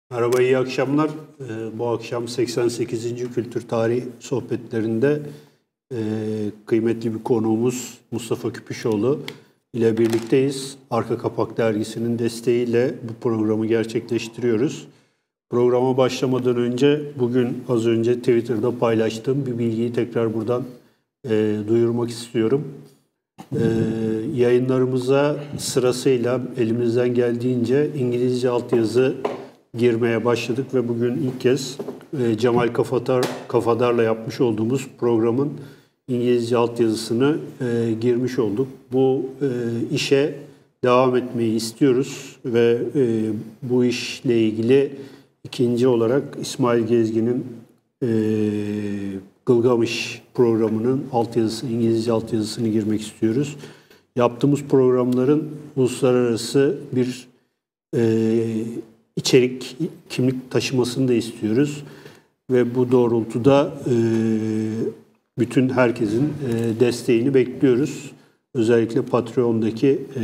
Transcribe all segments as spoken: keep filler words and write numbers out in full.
Merhaba, iyi akşamlar. Ee, bu akşam seksen sekizinci Kültür Tarih Sohbetlerinde e, kıymetli bir konuğumuz Mustafa Küpüşoğlu ile birlikteyiz. Arka Kapak Dergisi'nin desteğiyle bu programı gerçekleştiriyoruz. Programa başlamadan önce bugün az önce Twitter'da paylaştığım bir bilgiyi tekrar buradan e, duyurmak istiyorum. E, yayınlarımıza sırasıyla elimizden geldiğince İngilizce altyazı girmeye başladık ve bugün ilk kez e, Cemal Kafadar, Kafadar'la yapmış olduğumuz programın İngilizce altyazısını e, girmiş olduk. Bu e, işe devam etmeyi istiyoruz ve e, bu işle ilgili ikinci olarak İsmail Gezgin'in e, Gılgamış programının altyazısı, İngilizce altyazısını girmek istiyoruz. Yaptığımız programların uluslararası bir e, içerik, kimlik taşımasını da istiyoruz. Ve bu doğrultuda e, bütün herkesin e, desteğini bekliyoruz. Özellikle Patreon'daki e,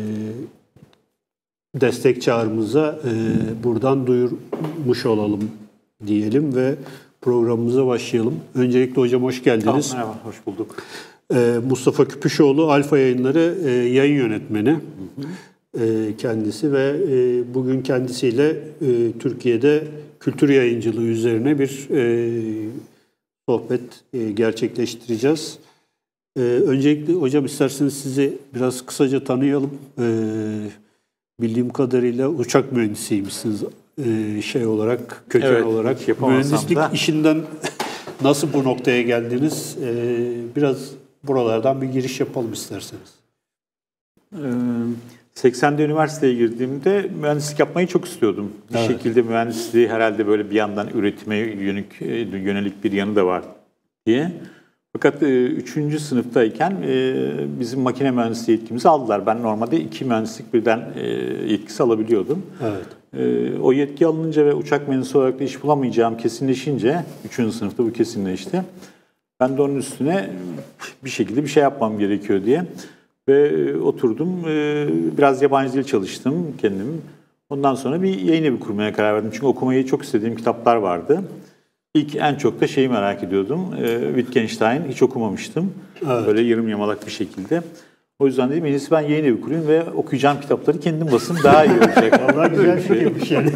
destek çağrımıza e, buradan duyurmuş olalım diyelim ve programımıza başlayalım. Öncelikle hocam hoş geldiniz. Tamam, merhaba, hoş bulduk. E, Mustafa Küpüşoğlu, Alfa Yayınları e, yayın yönetmeni. Hı hı. Kendisi ve bugün kendisiyle Türkiye'de kültür yayıncılığı üzerine bir sohbet gerçekleştireceğiz. Öncelikle hocam isterseniz sizi biraz kısaca tanıyalım. Bildiğim kadarıyla uçak mühendisiymişsiniz şey olarak, köken evet, olarak. Mühendislik da. işinden nasıl bu noktaya geldiniz? Biraz buralardan bir giriş yapalım isterseniz. Evet. seksende üniversiteye girdiğimde mühendislik yapmayı çok istiyordum. Bir evet. şekilde mühendisliği herhalde böyle bir yandan üretime yönelik, yönelik bir yanı da var diye. Fakat üçüncü sınıftayken bizim makine mühendisliği yetkimizi aldılar. Ben normalde iki mühendislik birden yetkisi alabiliyordum. Evet. O yetki alınınca ve uçak mühendisi olarak da iş bulamayacağım kesinleşince, üçüncü sınıfta bu kesinleşti. Ben de onun üstüne bir şekilde bir şey yapmam gerekiyor diye. Ve oturdum, biraz yabancı dil çalıştım kendim. Ondan sonra bir yayın evi kurmaya karar verdim. Çünkü okumayı çok istediğim kitaplar vardı. İlk en çok da şeyi merak ediyordum. Wittgenstein hiç okumamıştım. Evet. Böyle yarım yamalak bir şekilde. O yüzden dedim en iyisi ben yayın evi kurayım ve okuyacağım kitapları kendim basayım daha iyi olacak. Vallahi güzel fikirmiş yani.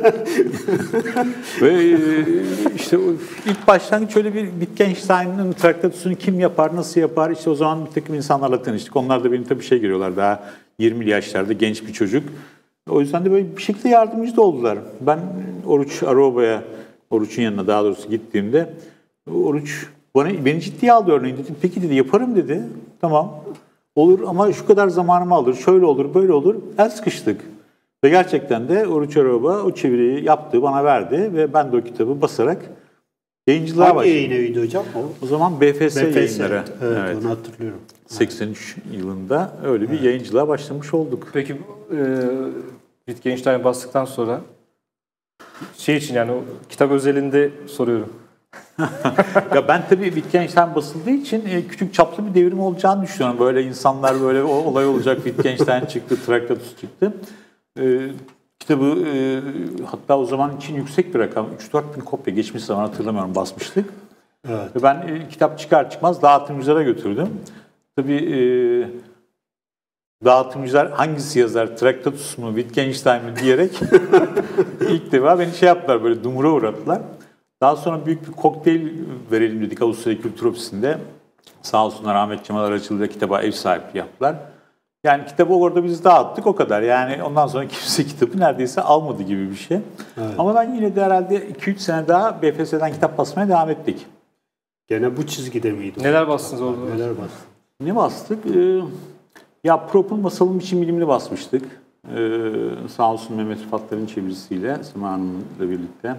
Ve işte ilk başlangıç şöyle bir Wittgenstein'in Traktatus'unu kim yapar, nasıl yapar? İşte o zaman bir takım insanlarla tanıştık. Onlar da beni tabii şey görüyorlar, daha yirmili yaşlarda genç bir çocuk. O yüzden de böyle bir şekilde yardımcı da oldular. Ben Oruç Aroba'ya, Oruç'un yanına daha doğrusu gittiğimde Oruç bana, beni ciddiye aldı örneğin. Dedim peki dedi yaparım dedi. Tamam. Olur ama şu kadar zamanımı alır, şöyle olur, böyle olur. El sıkıştık. Ve gerçekten de Oruç Aroba o çeviriyi yaptı, bana verdi ve ben de o kitabı basarak yayıncılığa başladım. Hangi yayın eviydi hocam o? O zaman B F S, B F S yayınları. Evet, evet, onu hatırlıyorum. seksen üç yılında öyle bir evet. yayıncılığa başlamış olduk. Peki e, Wittgenstein bastıktan sonra şey için yani o kitap özelinde soruyorum. Ya ben tabii Wittgenstein basıldığı için e, küçük çaplı bir devrim olacağını düşünüyorum. Böyle insanlar böyle o olay olacak. Wittgenstein çıktı, Traktatus çıktı. E, kitabı e, hatta o zaman için yüksek bir rakam. üç dört bin kopya geçmiş zaman hatırlamıyorum basmıştık. Evet. Ve ben e, kitap çıkar çıkmaz dağıtımcılara götürdüm. Tabii e, dağıtımcılar hangisi yazar, Traktatus mu, Wittgenstein mi diyerek ilk defa beni şey yaptılar, böyle dumura uğrattılar. Daha sonra büyük bir kokteyl verelim dedik Avusturya Kültür Ofisi'nde. Sağ olsunlar Ahmet Cemal aracılığıyla kitaba ev sahipliği yaptılar. Yani kitabı orada biz dağıttık o kadar. Yani ondan sonra kimse kitabı neredeyse almadı gibi bir şey. Evet. Ama ben yine de herhalde iki üç sene daha B F S'den kitap basmaya devam ettik. Gene bu çizgide miydi? Neler bastınız orada? Neler bastık? Ne bastık? Ee, ya Prop'un Masalım için Bilimini basmıştık. Ee, sağ olsun Mehmet Rıfatlar'ın çevirisiyle, Sema Hanım'la birlikte.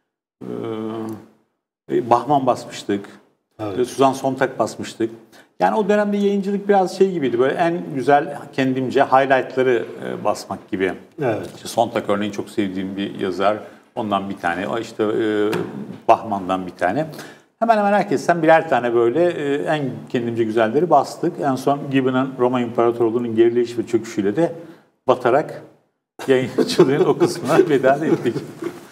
Ee, Bahman basmıştık. Evet. Suzan Sontag basmıştık. Yani o dönemde yayıncılık biraz şey gibiydi. Böyle en güzel kendimce highlight'ları basmak gibi. Evet. İşte Sontag örneğin çok sevdiğim bir yazar. Ondan bir tane. İşte e, Bahman'dan bir tane. Hemen hemen herkesten birer tane böyle e, en kendimce güzelleri bastık. En son Gibbon'ın Roma İmparatorluğu'nun gerileyiş ve çöküşüyle de batarak yayıncılığın o kısmına veda ettik.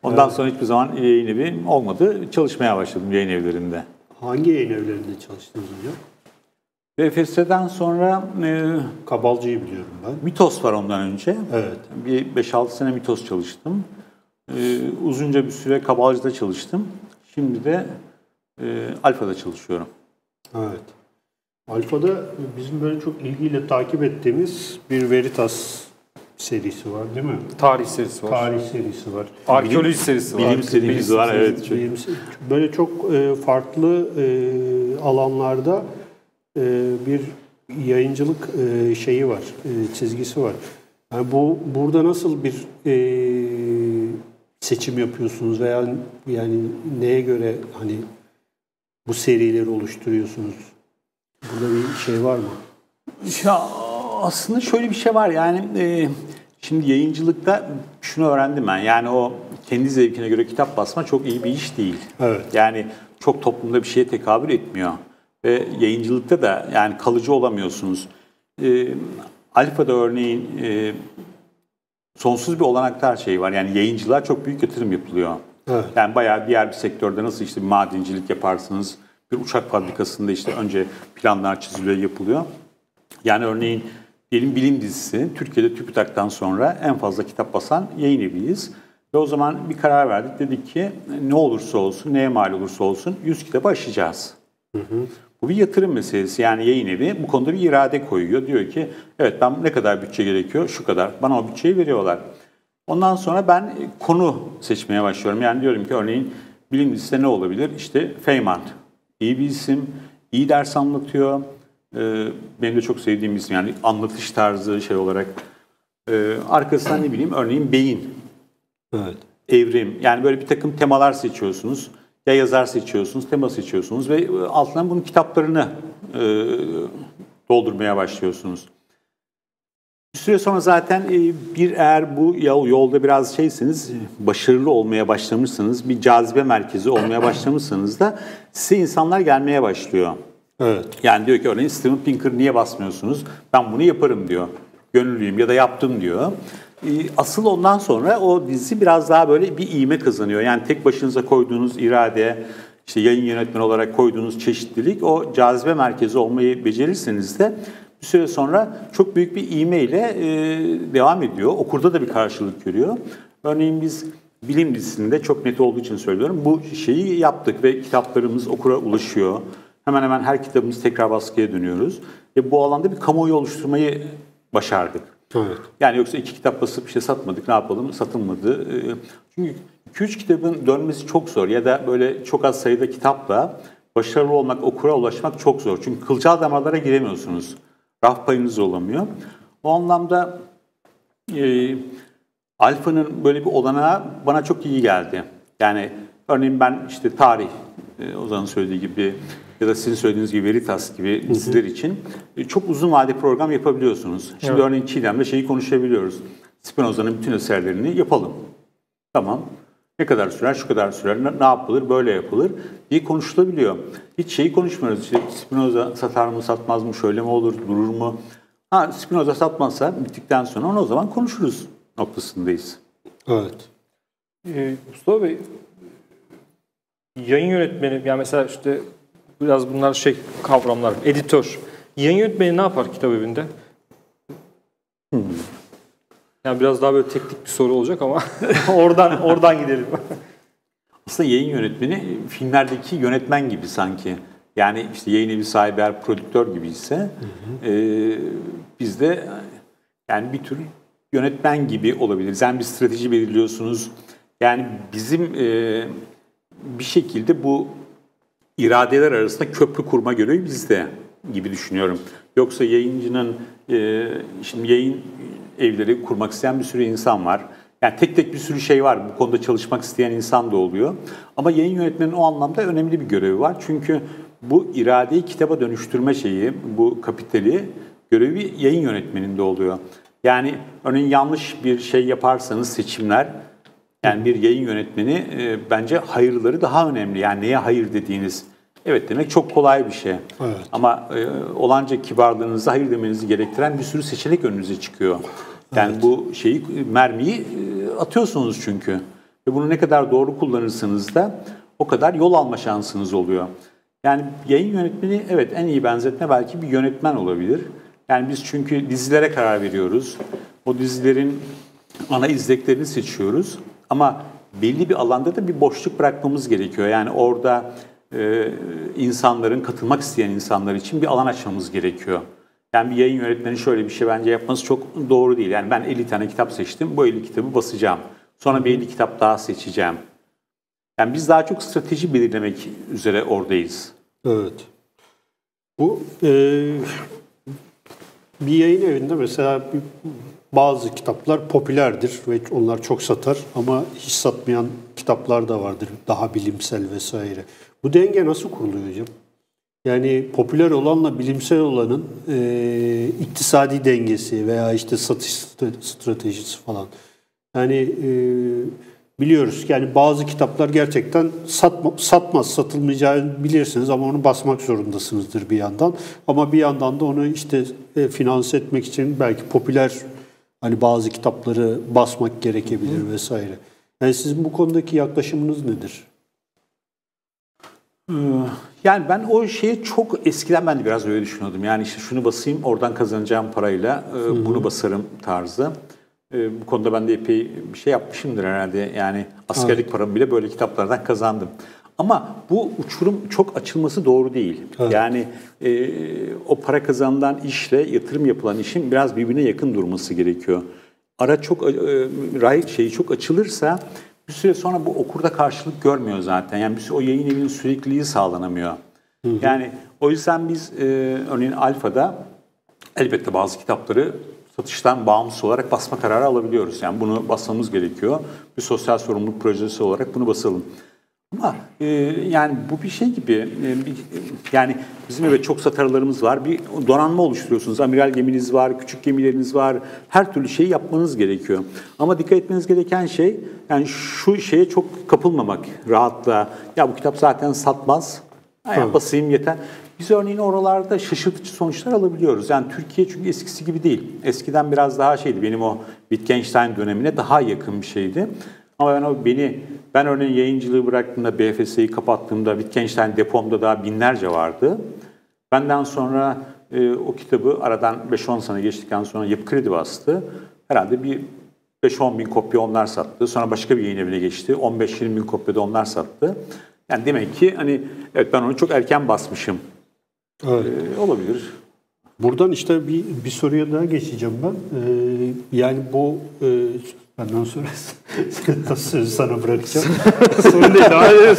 Ondan Evet. sonra hiçbir zaman yayın evi olmadı. Çalışmaya başladım yayın evlerinde. Hangi yayın evlerinde çalıştınız hocam? V F S'den sonra e, Kabalcı'yı biliyorum ben. Mitos var ondan önce. Evet. Bir beş altı sene Mitos çalıştım. E, uzunca bir süre Kabalcı'da çalıştım. Şimdi de e, Alfa'da çalışıyorum. Evet. Alfa'da bizim böyle çok ilgiyle takip ettiğimiz bir Veritas serisi var değil mi? Tarih serisi var. Tarih serisi var. Arkeoloji serisi var. Bilim serimiz var. Evet. Çok. Bilim- Böyle çok e, farklı e, alanlarda e, bir yayıncılık e, şeyi var, e, çizgisi var. Yani bu burada nasıl bir e, seçim yapıyorsunuz veya yani neye göre hani bu serileri oluşturuyorsunuz? Burada bir şey var mı? Ya aslında şöyle bir şey var yani e, şimdi yayıncılıkta şunu öğrendim ben, yani o kendi zevkine göre kitap basma çok iyi bir iş değil. Evet. Yani çok toplumda bir şeye tekabül etmiyor ve yayıncılıkta da yani kalıcı olamıyorsunuz. E, Alfa'da örneğin e, sonsuz bir olanaklar şeyi var, yani yayıncılığa çok büyük yatırım yapılıyor. Evet. Yani bayağı diğer bir sektörde nasıl işte bir madencilik yaparsınız, bir uçak fabrikasında işte önce planlar çiziliyor, yapılıyor. Yani örneğin diyelim bilim dizisi, Türkiye'de TÜBİTAK'tan sonra en fazla kitap basan yayın eviyiz. Ve o zaman bir karar verdik. Dedik ki ne olursa olsun, neye mal olursa olsun yüz kitaba aşacağız. Hı hı. Bu bir yatırım meselesi. Yani yayın evi bu konuda bir irade koyuyor. Diyor ki evet, ben ne kadar bütçe gerekiyor? Şu kadar. Bana o bütçeyi veriyorlar. Ondan sonra ben konu seçmeye başlıyorum. Yani diyorum ki örneğin bilim dizisi ne olabilir? İşte Feynman. İyi bir isim, iyi ders anlatıyor. Ee, benim de çok sevdiğim bir isim. Yani anlatış tarzı şey olarak. Ee, arkasından ne bileyim örneğin beyin, Evet. evrim. Yani böyle bir takım temalar seçiyorsunuz. Ya yazar seçiyorsunuz, tema seçiyorsunuz ve altından bunun kitaplarını e, doldurmaya başlıyorsunuz. Bir süre sonra zaten bir eğer bu yolda biraz şeysiniz, başarılı olmaya başlamışsınız, bir cazibe merkezi olmaya başlamışsınız da size insanlar gelmeye başlıyor. Evet. Yani diyor ki örneğin Steven Pinker niye basmıyorsunuz? Ben bunu yaparım diyor. Gönüllüyüm ya da yaptım diyor. Asıl ondan sonra o dizi biraz daha böyle bir ivme kazanıyor. Yani tek başınıza koyduğunuz irade, işte yayın yönetmeni olarak koyduğunuz çeşitlilik, o cazibe merkezi olmayı becerirseniz de bir süre sonra çok büyük bir ivmeyle e, devam ediyor. Okurda da bir karşılık görüyor. Örneğin biz bilim dizisinde çok net olduğu için söylüyorum. Bu şeyi yaptık ve kitaplarımız okura ulaşıyor. Hemen hemen her kitabımız tekrar baskıya dönüyoruz. Ve bu alanda bir kamuoyu oluşturmayı başardık. Evet. Yani yoksa iki kitap basıp bir şey satmadık, ne yapalım? Satılmadı. Çünkü iki üç kitabın dönmesi çok zor ya da böyle çok az sayıda kitapla başarılı olmak, okura ulaşmak çok zor. Çünkü kılcal damarlara giremiyorsunuz. Raf payınız olamıyor. O anlamda e, Alfa'nın böyle bir olanağı bana çok iyi geldi. Yani örneğin ben işte tarih, e, Ozan'ın söylediği gibi ya da sizin söylediğiniz gibi Veritas gibi diziler için e, çok uzun vade program yapabiliyorsunuz. Şimdi Evet. örneğin Çiğdem'le şeyi konuşabiliyoruz. Spinoza'nın bütün eserlerini yapalım. Tamam. Ne kadar sürer? Şu kadar sürer. Ne, ne yapılır? Böyle yapılır diye konuşulabiliyor. Hiç şeyi konuşmuyoruz. İşte Spinoza satar mı, satmaz mı? Şöyle mi olur? Durur mu? Ha, Spinoza satmazsa bittikten sonra onu o zaman konuşuruz noktasındayız. Evet. Ee, Mustafa Bey, yayın yönetmeni, yani mesela işte biraz bunlar şey kavramlar, editör. Yayın yönetmeni ne yapar kitap evinde? Hmm. Yani biraz daha böyle teknik bir soru olacak ama oradan oradan gidelim. Aslında yayın yönetmeni filmlerdeki yönetmen gibi sanki. Yani işte yayın evi sahibi eğer prodüktör gibi ise hı hı. E, biz de yani bir tür yönetmen gibi olabiliriz. Yani bir strateji belirliyorsunuz. Yani bizim e, bir şekilde bu iradeler arasında köprü kurma görevi bizde gibi düşünüyorum. Yoksa yayıncının e, şimdi yayın evleri kurmak isteyen bir sürü insan var. Yani tek tek bir sürü şey var. Bu konuda çalışmak isteyen insan da oluyor. Ama yayın yönetmeninin o anlamda önemli bir görevi var. Çünkü bu iradeyi kitaba dönüştürme şeyi, bu kapitali görevi yayın yönetmeninde oluyor. Yani örneğin yanlış bir şey yaparsanız seçimler, yani bir yayın yönetmeni e, bence hayırları daha önemli. Yani neye hayır dediğiniz, evet demek çok kolay bir şey. Evet. Ama e, olanca kibarlığınızı hayır demenizi gerektiren bir sürü seçenek önünüze çıkıyor. Yani evet. Bu şeyi, mermiyi e, atıyorsunuz çünkü. Ve bunu ne kadar doğru kullanırsanız da o kadar yol alma şansınız oluyor. Yani yayın yönetmeni, evet, en iyi benzetme belki bir yönetmen olabilir. Yani biz çünkü dizilere karar veriyoruz. O dizilerin ana izleklerini seçiyoruz. Ama belli bir alanda da bir boşluk bırakmamız gerekiyor. Yani orada e, insanların, katılmak isteyen insanlar için bir alan açmamız gerekiyor. Yani bir yayın yönetmeni şöyle bir şey bence yapması çok doğru değil. Yani ben elli tane kitap seçtim, bu elli kitabı basacağım. Sonra bir elli kitap daha seçeceğim. Yani biz daha çok strateji belirlemek üzere oradayız. Evet. Bu e, bir yayın evinde mesela bazı kitaplar popülerdir ve onlar çok satar ama hiç satmayan kitaplar da vardır. Daha bilimsel vesaire. Bu denge nasıl kuruluyor hocam? Yani popüler olanla bilimsel olanın e, iktisadi dengesi veya işte satış stratejisi falan. Yani e, biliyoruz ki yani bazı kitaplar gerçekten satma, satmaz, satılmayacağını bilirsiniz ama onu basmak zorundasınızdır bir yandan. Ama bir yandan da onu işte e, finanse etmek için belki popüler hani bazı kitapları basmak gerekebilir Hı. vesaire. Yani sizin bu konudaki yaklaşımınız nedir? Yani ben o şeyi çok eskiden ben de biraz öyle düşünüyordum. Yani işte şunu basayım, oradan kazanacağım parayla Hı-hı. bunu basarım tarzı. Bu konuda ben de epey bir şey yapmışımdır herhalde. Yani askerlik evet. paramı bile böyle kitaplardan kazandım. Ama bu uçurum çok açılması doğru değil. Evet. Yani e, o para kazanılan işle yatırım yapılan işin biraz birbirine yakın durması gerekiyor. Ara çok e, şeyi çok açılırsa bir süre sonra bu okurda karşılık görmüyor zaten. Yani o yayın evinin sürekliliği sağlanamıyor. Hı hı. Yani o yüzden biz e, örneğin Alfa'da elbette bazı kitapları satıştan bağımsız olarak basma kararı alabiliyoruz. Yani bunu basmamız gerekiyor. Bir sosyal sorumluluk projesi olarak bunu basalım. Ama e, yani bu bir şey gibi. E, bir, yani bizim evet çok satarlarımız var. Bir donanma oluşturuyorsunuz. Amiral geminiz var, küçük gemileriniz var. Her türlü şeyi yapmanız gerekiyor. Ama dikkat etmeniz gereken şey yani şu şeye çok kapılmamak rahatlığa. Ya bu kitap zaten satmaz. Yani basayım yeter. Biz örneğin oralarda şaşırtıcı sonuçlar alabiliyoruz. Yani Türkiye çünkü eskisi gibi değil. Eskiden biraz daha şeydi. Benim o Wittgenstein dönemine daha yakın bir şeydi. Ama ben o beni ben örneğin yayıncılığı bıraktığımda, B F S'yi kapattığımda Wittgenstein depomda daha binlerce vardı. Benden sonra e, o kitabı aradan beş on sene geçtikten sonra Yapı Kredi bastı. Herhalde bir beş on bin kopya onlar sattı. Sonra başka bir yayın evine geçti. on beş yirmi bin kopya da onlar sattı. Yani demek ki hani evet ben onu çok erken basmışım. Evet. Ee, olabilir. Buradan işte bir bir soruya daha geçeceğim ben. Ee, yani bu e, benden sonra sözü sana bırakacağım. Sorun değil.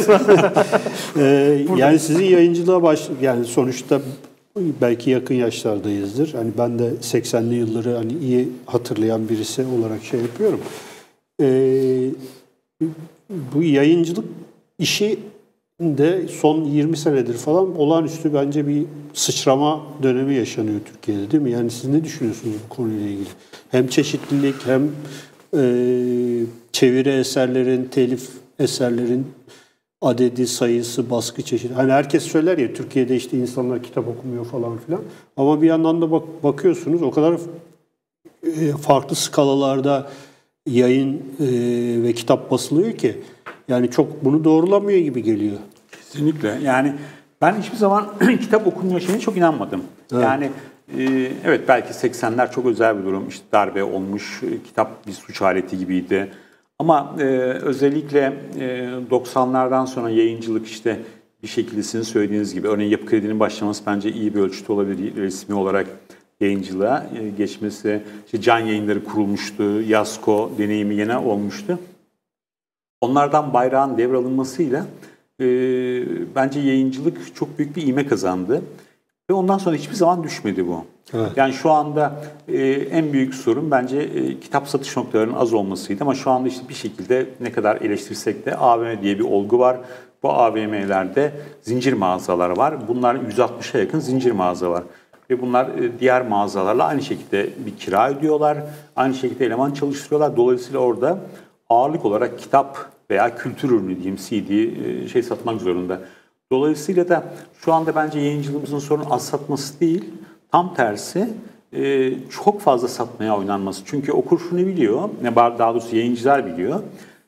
ee, yani sizin yayıncılığa baş yani sonuçta belki yakın yaşlardayızdır. Hani ben de seksenli yılları hani iyi hatırlayan birisi olarak şey yapıyorum. Ee, bu yayıncılık işi de son yirmi senedir falan olağanüstü bence bir sıçrama dönemi yaşanıyor Türkiye'de, değil mi? Yani siz ne düşünüyorsunuz bu konuyla ilgili? Hem çeşitlilik hem e, çeviri eserlerin, telif eserlerin adedi, sayısı, baskı çeşidi. Hani herkes söyler ya Türkiye'de işte insanlar kitap okumuyor falan filan. Ama bir yandan da bak, bakıyorsunuz o kadar e, farklı skalalarda yayın e, ve kitap basılıyor ki yani çok bunu doğrulamıyor gibi geliyor. Kesinlikle. Yani ben hiçbir zaman kitap okunmuyor şeyine çok inanmadım. Evet. Yani e, evet belki seksenler çok özel bir durum. İşte darbe olmuş, kitap bir suç aleti gibiydi. Ama e, özellikle e, doksanlardan sonra yayıncılık işte bir şekilde sizin söylediğiniz gibi örneğin Yapı Kredi'nin başlaması bence iyi bir ölçüt olabilir resmi olarak yayıncılığa e, geçmesi. İşte Can Yayınları kurulmuştu, Yasko deneyimi yine olmuştu. Onlardan bayrağın devralınmasıyla e, bence yayıncılık çok büyük bir ivme kazandı. Ve ondan sonra hiçbir zaman düşmedi bu. Evet. Yani şu anda e, en büyük sorun bence e, kitap satış noktalarının az olmasıydı. Ama şu anda işte bir şekilde ne kadar eleştirsek de A V M diye bir olgu var. Bu A V M'lerde zincir mağazalar var. Bunlar yüz altmışa yakın zincir mağaza var. Ve bunlar e, diğer mağazalarla aynı şekilde bir kira ödüyorlar. Aynı şekilde eleman çalıştırıyorlar. Dolayısıyla orada ağırlık olarak kitap veya kültür ürünü diyeyim C D şey satmak zorunda. Dolayısıyla da şu anda bence yayıncılığımızın sorunu az satması değil, tam tersi çok fazla satmaya oynanması. Çünkü okur şunu biliyor, daha doğrusu yayıncılar biliyor.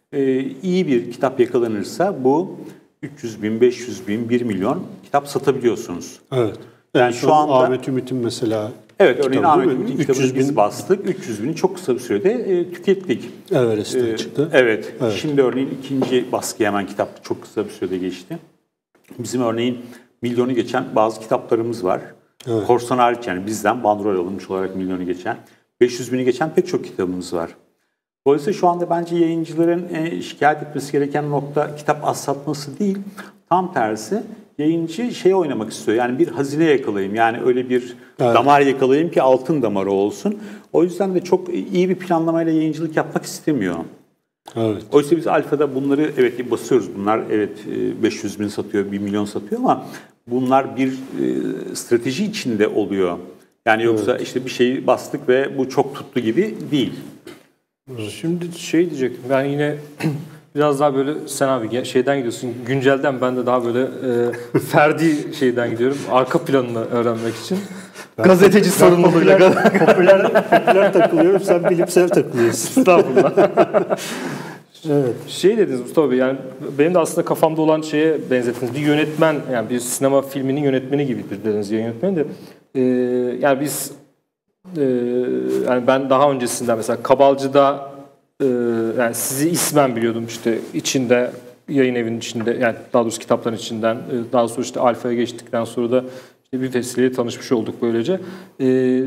e, iyi bir kitap yakalanırsa bu üç yüz bin, beş yüz bin, bir milyon kitap satabiliyorsunuz. Evet. Yani Yani şu şu anda- Ahmet Ümit'in mesela Evet, örneğin kitabı Ahmet değil mi? Ümit'in üç yüz kitabını biz bin bastık. üç yüz bini çok kısa bir sürede e, tükettik. Everest'ten Ee, çıktı. Evet. Evet. Şimdi örneğin ikinci baskıya hemen kitap çok kısa bir sürede geçti. Bizim örneğin milyonu geçen bazı kitaplarımız var. Evet. Korsan hariç, yani bizden bandrol alınmış olarak milyonu geçen. beş yüz bini geçen pek çok kitabımız var. Dolayısıyla şu anda bence yayıncıların e, şikayet etmesi gereken nokta kitap az satması değil. Tam tersi, yayıncı şey oynamak istiyor. Yani bir hazine yakalayayım. Yani öyle bir Evet. damar yakalayayım ki altın damarı olsun. O yüzden de çok iyi bir planlamayla yayıncılık yapmak istemiyor. Evet. Oysa biz Alfa'da bunları evet basıyoruz. Bunlar evet beş yüz bin satıyor, bir milyon satıyor ama bunlar bir e, strateji içinde oluyor. Yani yoksa Evet. işte bir şeyi bastık ve bu çok tuttu gibi değil. Şimdi şey diyecektim, ben yine biraz daha böyle sen abi şeyden gidiyorsun, güncelden, ben de daha böyle e, ferdi şeyden gidiyorum, arka planını öğrenmek için. Gazeteci sorumluluğuyla. Popüler, popüler, popüler takılıyorum, sen bilimsel takılıyorsun. Estağfurullah. Evet. Şey dediniz Mustafa Bey, yani benim de aslında kafamda olan şeye benzettiniz. Bir yönetmen, yani bir sinema filminin yönetmeni gibidir dediniz, yayın yönetmeni de. Ee, yani biz, e, yani ben daha öncesinden mesela Kabalcı'da, e, yani sizi ismen biliyordum, işte içinde, yayın evinin içinde, yani daha doğrusu kitapların içinden, e, daha sonra işte Alfa'ya geçtikten sonra da işte bir vesileyle tanışmış olduk böylece. Ee,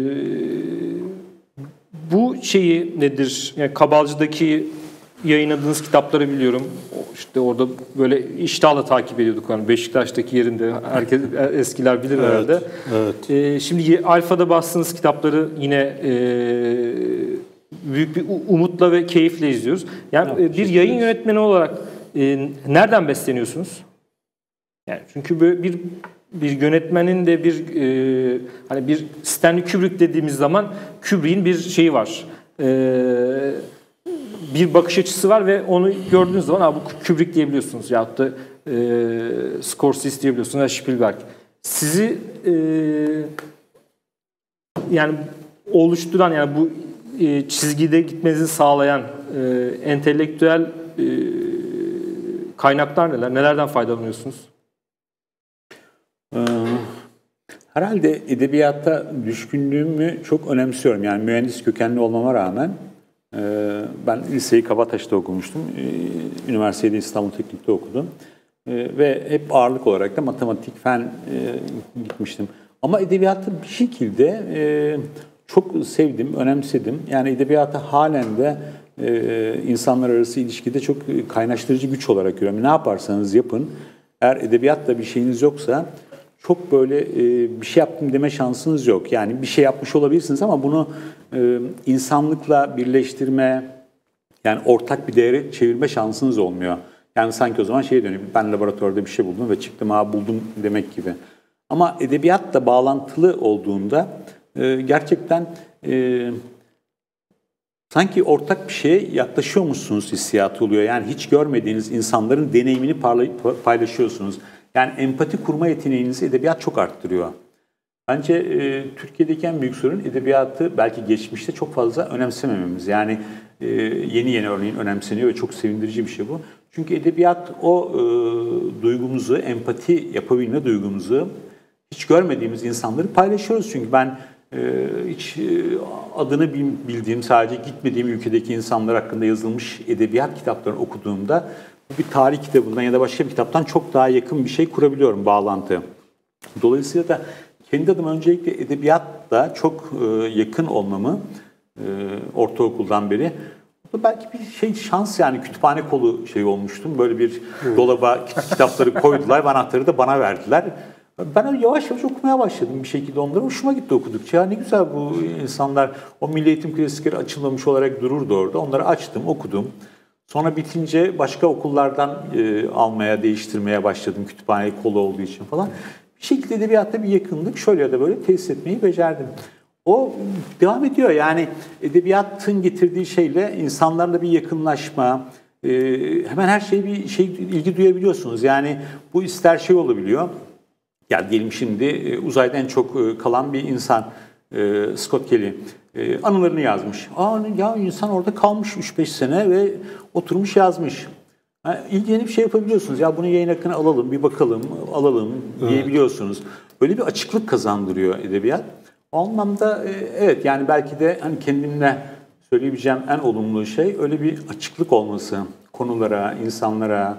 bu şeyi nedir? Yani Kabalcı'daki yayınladığınız kitapları biliyorum. İşte orada böyle iştahla takip ediyorduk. Yani Beşiktaş'taki yerinde herkes eskiler bilir herhalde. Evet. Ee, şimdi Alfa'da bastığınız kitapları yine e, büyük bir umutla ve keyifle izliyoruz. Yani Ya, bir teşekkür yayın ederiz. yönetmeni olarak e, nereden besleniyorsunuz? Yani çünkü böyle bir bir yönetmenin de bir e, hani bir Stanley Kubrick dediğimiz zaman Kubrick'in bir şeyi var. E, bir bakış açısı var ve onu gördüğünüz zaman ha, bu Kubrick diyebiliyorsunuz, yahut da e, Scorsese diyebiliyorsunuz ya Spielberg. Sizi e, yani oluşturan, yani bu e, çizgide gitmenizi sağlayan e, entelektüel e, kaynaklar neler? Nelerden faydalanıyorsunuz? Ee, herhalde edebiyatta düşkünlüğümü çok önemsiyorum. Yani mühendis kökenli olmama rağmen e, ben liseyi Kabataş'ta okumuştum. E, üniversiteyi de İstanbul Teknik'te okudum. E, ve hep ağırlık olarak da matematik, fen e, gitmiştim. Ama edebiyatı bir şekilde e, çok sevdim, önemsedim. Yani edebiyatı halen de e, insanlar arası ilişkide çok kaynaştırıcı güç olarak görüyorum. Ne yaparsanız yapın, eğer edebiyatta bir şeyiniz yoksa çok böyle e, bir şey yaptım deme şansınız yok. Yani bir şey yapmış olabilirsiniz ama bunu e, insanlıkla birleştirme, yani ortak bir değere çevirme şansınız olmuyor. Yani sanki o zaman şeye dönüyor, ben laboratuvarda bir şey buldum ve çıktım, ha buldum demek gibi. Ama edebiyatla bağlantılı olduğunda e, gerçekten e, sanki ortak bir şeye yaklaşıyormuşsunuz hissiyatı oluyor. Yani hiç görmediğiniz insanların deneyimini paylaşıyorsunuz. Yani empati kurma yeteneğinizi edebiyat çok arttırıyor. Bence e, Türkiye'deki en büyük sorun edebiyatı belki geçmişte çok fazla önemsemememiz. Yani e, yeni yeni örneğin önemseniyor ve çok sevindirici bir şey bu. Çünkü edebiyat o e, duygumuzu, empati yapabilme duygumuzu hiç görmediğimiz insanları paylaşıyoruz. Çünkü ben e, hiç e, adını bildiğim, sadece gitmediğim ülkedeki insanlar hakkında yazılmış edebiyat kitaplarını okuduğumda bir tarih kitabından ya da başka bir kitaptan çok daha yakın bir şey kurabiliyorum, bağlantı. Dolayısıyla da kendi adıma öncelikle edebiyatla çok yakın olmamı ortaokuldan beri, belki bir şey şans, yani kütüphane kolu şey olmuştum. Böyle bir dolaba kitapları koydular, anahtarı da bana verdiler. Ben yavaş yavaş okumaya başladım bir şekilde onları. Hoşuma gitti okudukça. Ya ne güzel bu insanlar, o Milli Eğitim klasikleri açılmamış olarak dururdu orada. Onları açtım, okudum. Sonra bitince başka okullardan e, almaya, değiştirmeye başladım kütüphane kolu olduğu için falan. Bir şekilde edebiyatta bir yakınlık şöyle ya da böyle tesis etmeyi becerdim. O devam ediyor, yani edebiyatın getirdiği şeyle insanlarla bir yakınlaşma, e, hemen her şeye bir şey ilgi duyabiliyorsunuz. Yani bu ister şey olabiliyor. Ya diyelim şimdi e, uzayda en çok e, kalan bir insan. e, Scott Kelly e, anılarını yazmış. Aa, ya insan orada kalmış üç beş sene ve oturmuş yazmış. Yani ilgilenip şey yapabiliyorsunuz. Ya bunu yayın hakkına alalım, bir bakalım, alalım diyebiliyorsunuz. Böyle bir açıklık kazandırıyor edebiyat. O anlamda evet, yani belki de hani kendimle söyleyebileceğim en olumlu şey öyle bir açıklık olması konulara, insanlara.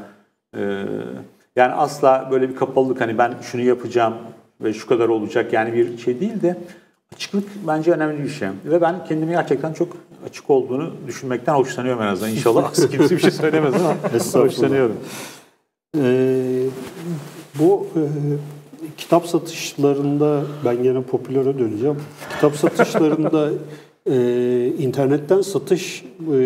Yani asla böyle bir kapalılık, hani ben şunu yapacağım ve şu kadar olacak yani bir şey değil de açıklık bence önemli bir şey. Ve ben kendimi gerçekten çok açık olduğunu düşünmekten hoşlanıyorum en azından. İnşallah kimse bir şey söylemez ama hoşlanıyorum. Ee, bu e, kitap satışlarında, ben gene popülere döneceğim. Kitap satışlarında e, internetten satış e,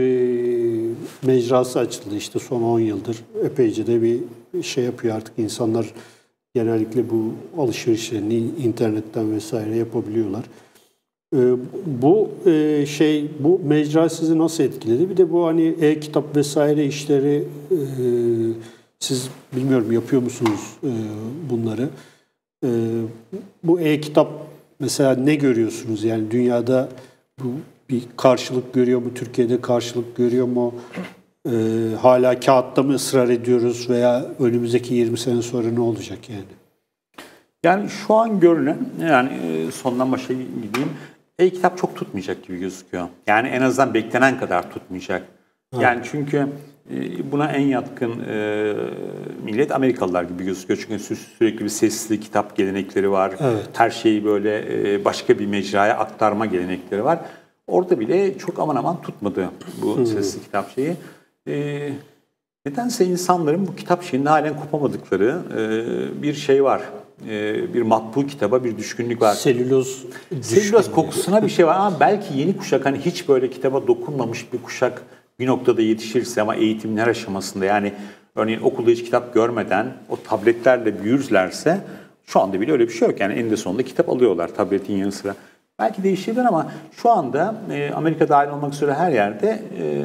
mecrası açıldı işte son on yıldır. Epeyce de bir şey yapıyor artık insanlar, genellikle bu alışverişlerini internetten vesaire yapabiliyorlar. E, bu e, şey, bu mecra sizi nasıl etkiledi? Bir de bu hani e-kitap vesaire işleri, e, siz bilmiyorum yapıyor musunuz e, bunları? E, bu e-kitap mesela ne görüyorsunuz? Yani dünyada bu bir karşılık görüyor mu? Türkiye'de karşılık görüyor mu? E, hala kağıtta mı ısrar ediyoruz veya önümüzdeki yirmi sene sonra ne olacak yani? Yani şu an görünen, yani sondan başa gideyim, e-kitap çok tutmayacak gibi gözüküyor. Yani en azından beklenen kadar tutmayacak. Ha. Yani çünkü buna en yatkın e, millet Amerikalılar gibi gözüküyor. Çünkü sü sürekli bir sesli kitap gelenekleri var. Evet. Her şeyi böyle e, başka bir mecraya aktarma gelenekleri var. Orada bile çok aman aman tutmadı bu hmm. sesli kitap şeyi. E, nedense insanların bu kitap şeyinden halen kopamadıkları e, bir şey var. E, bir matbu kitaba bir düşkünlük var. Selüloz. Selüloz kokusuna bir şey var ama belki yeni kuşak, hani hiç böyle kitaba dokunmamış bir kuşak bir noktada yetişirse ama eğitimin her aşamasında, yani örneğin okulda hiç kitap görmeden o tabletlerle büyürlerse, şu anda bile öyle bir şey yok. Yani eninde sonunda kitap alıyorlar tabletin yanı sıra. Belki değişebilir ama şu anda e, Amerika dahil olmak üzere her yerde e,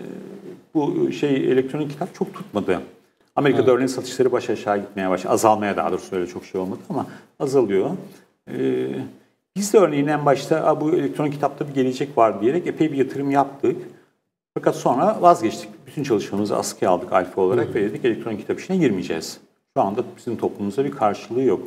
bu şey elektronik kitap çok tutmadı. Amerika'da evet. örneğin satışları baş aşağı gitmeye başladı. Azalmaya, daha doğrusu öyle çok şey olmadı ama azalıyor. E, biz de örneğin en başta bu elektronik kitapta bir gelecek var diyerek epey bir yatırım yaptık. Fakat sonra vazgeçtik. Bütün çalışmamızı askıya aldık alfa olarak ve dedik elektronik kitap işine girmeyeceğiz. Şu anda bizim toplumumuzda bir karşılığı yok.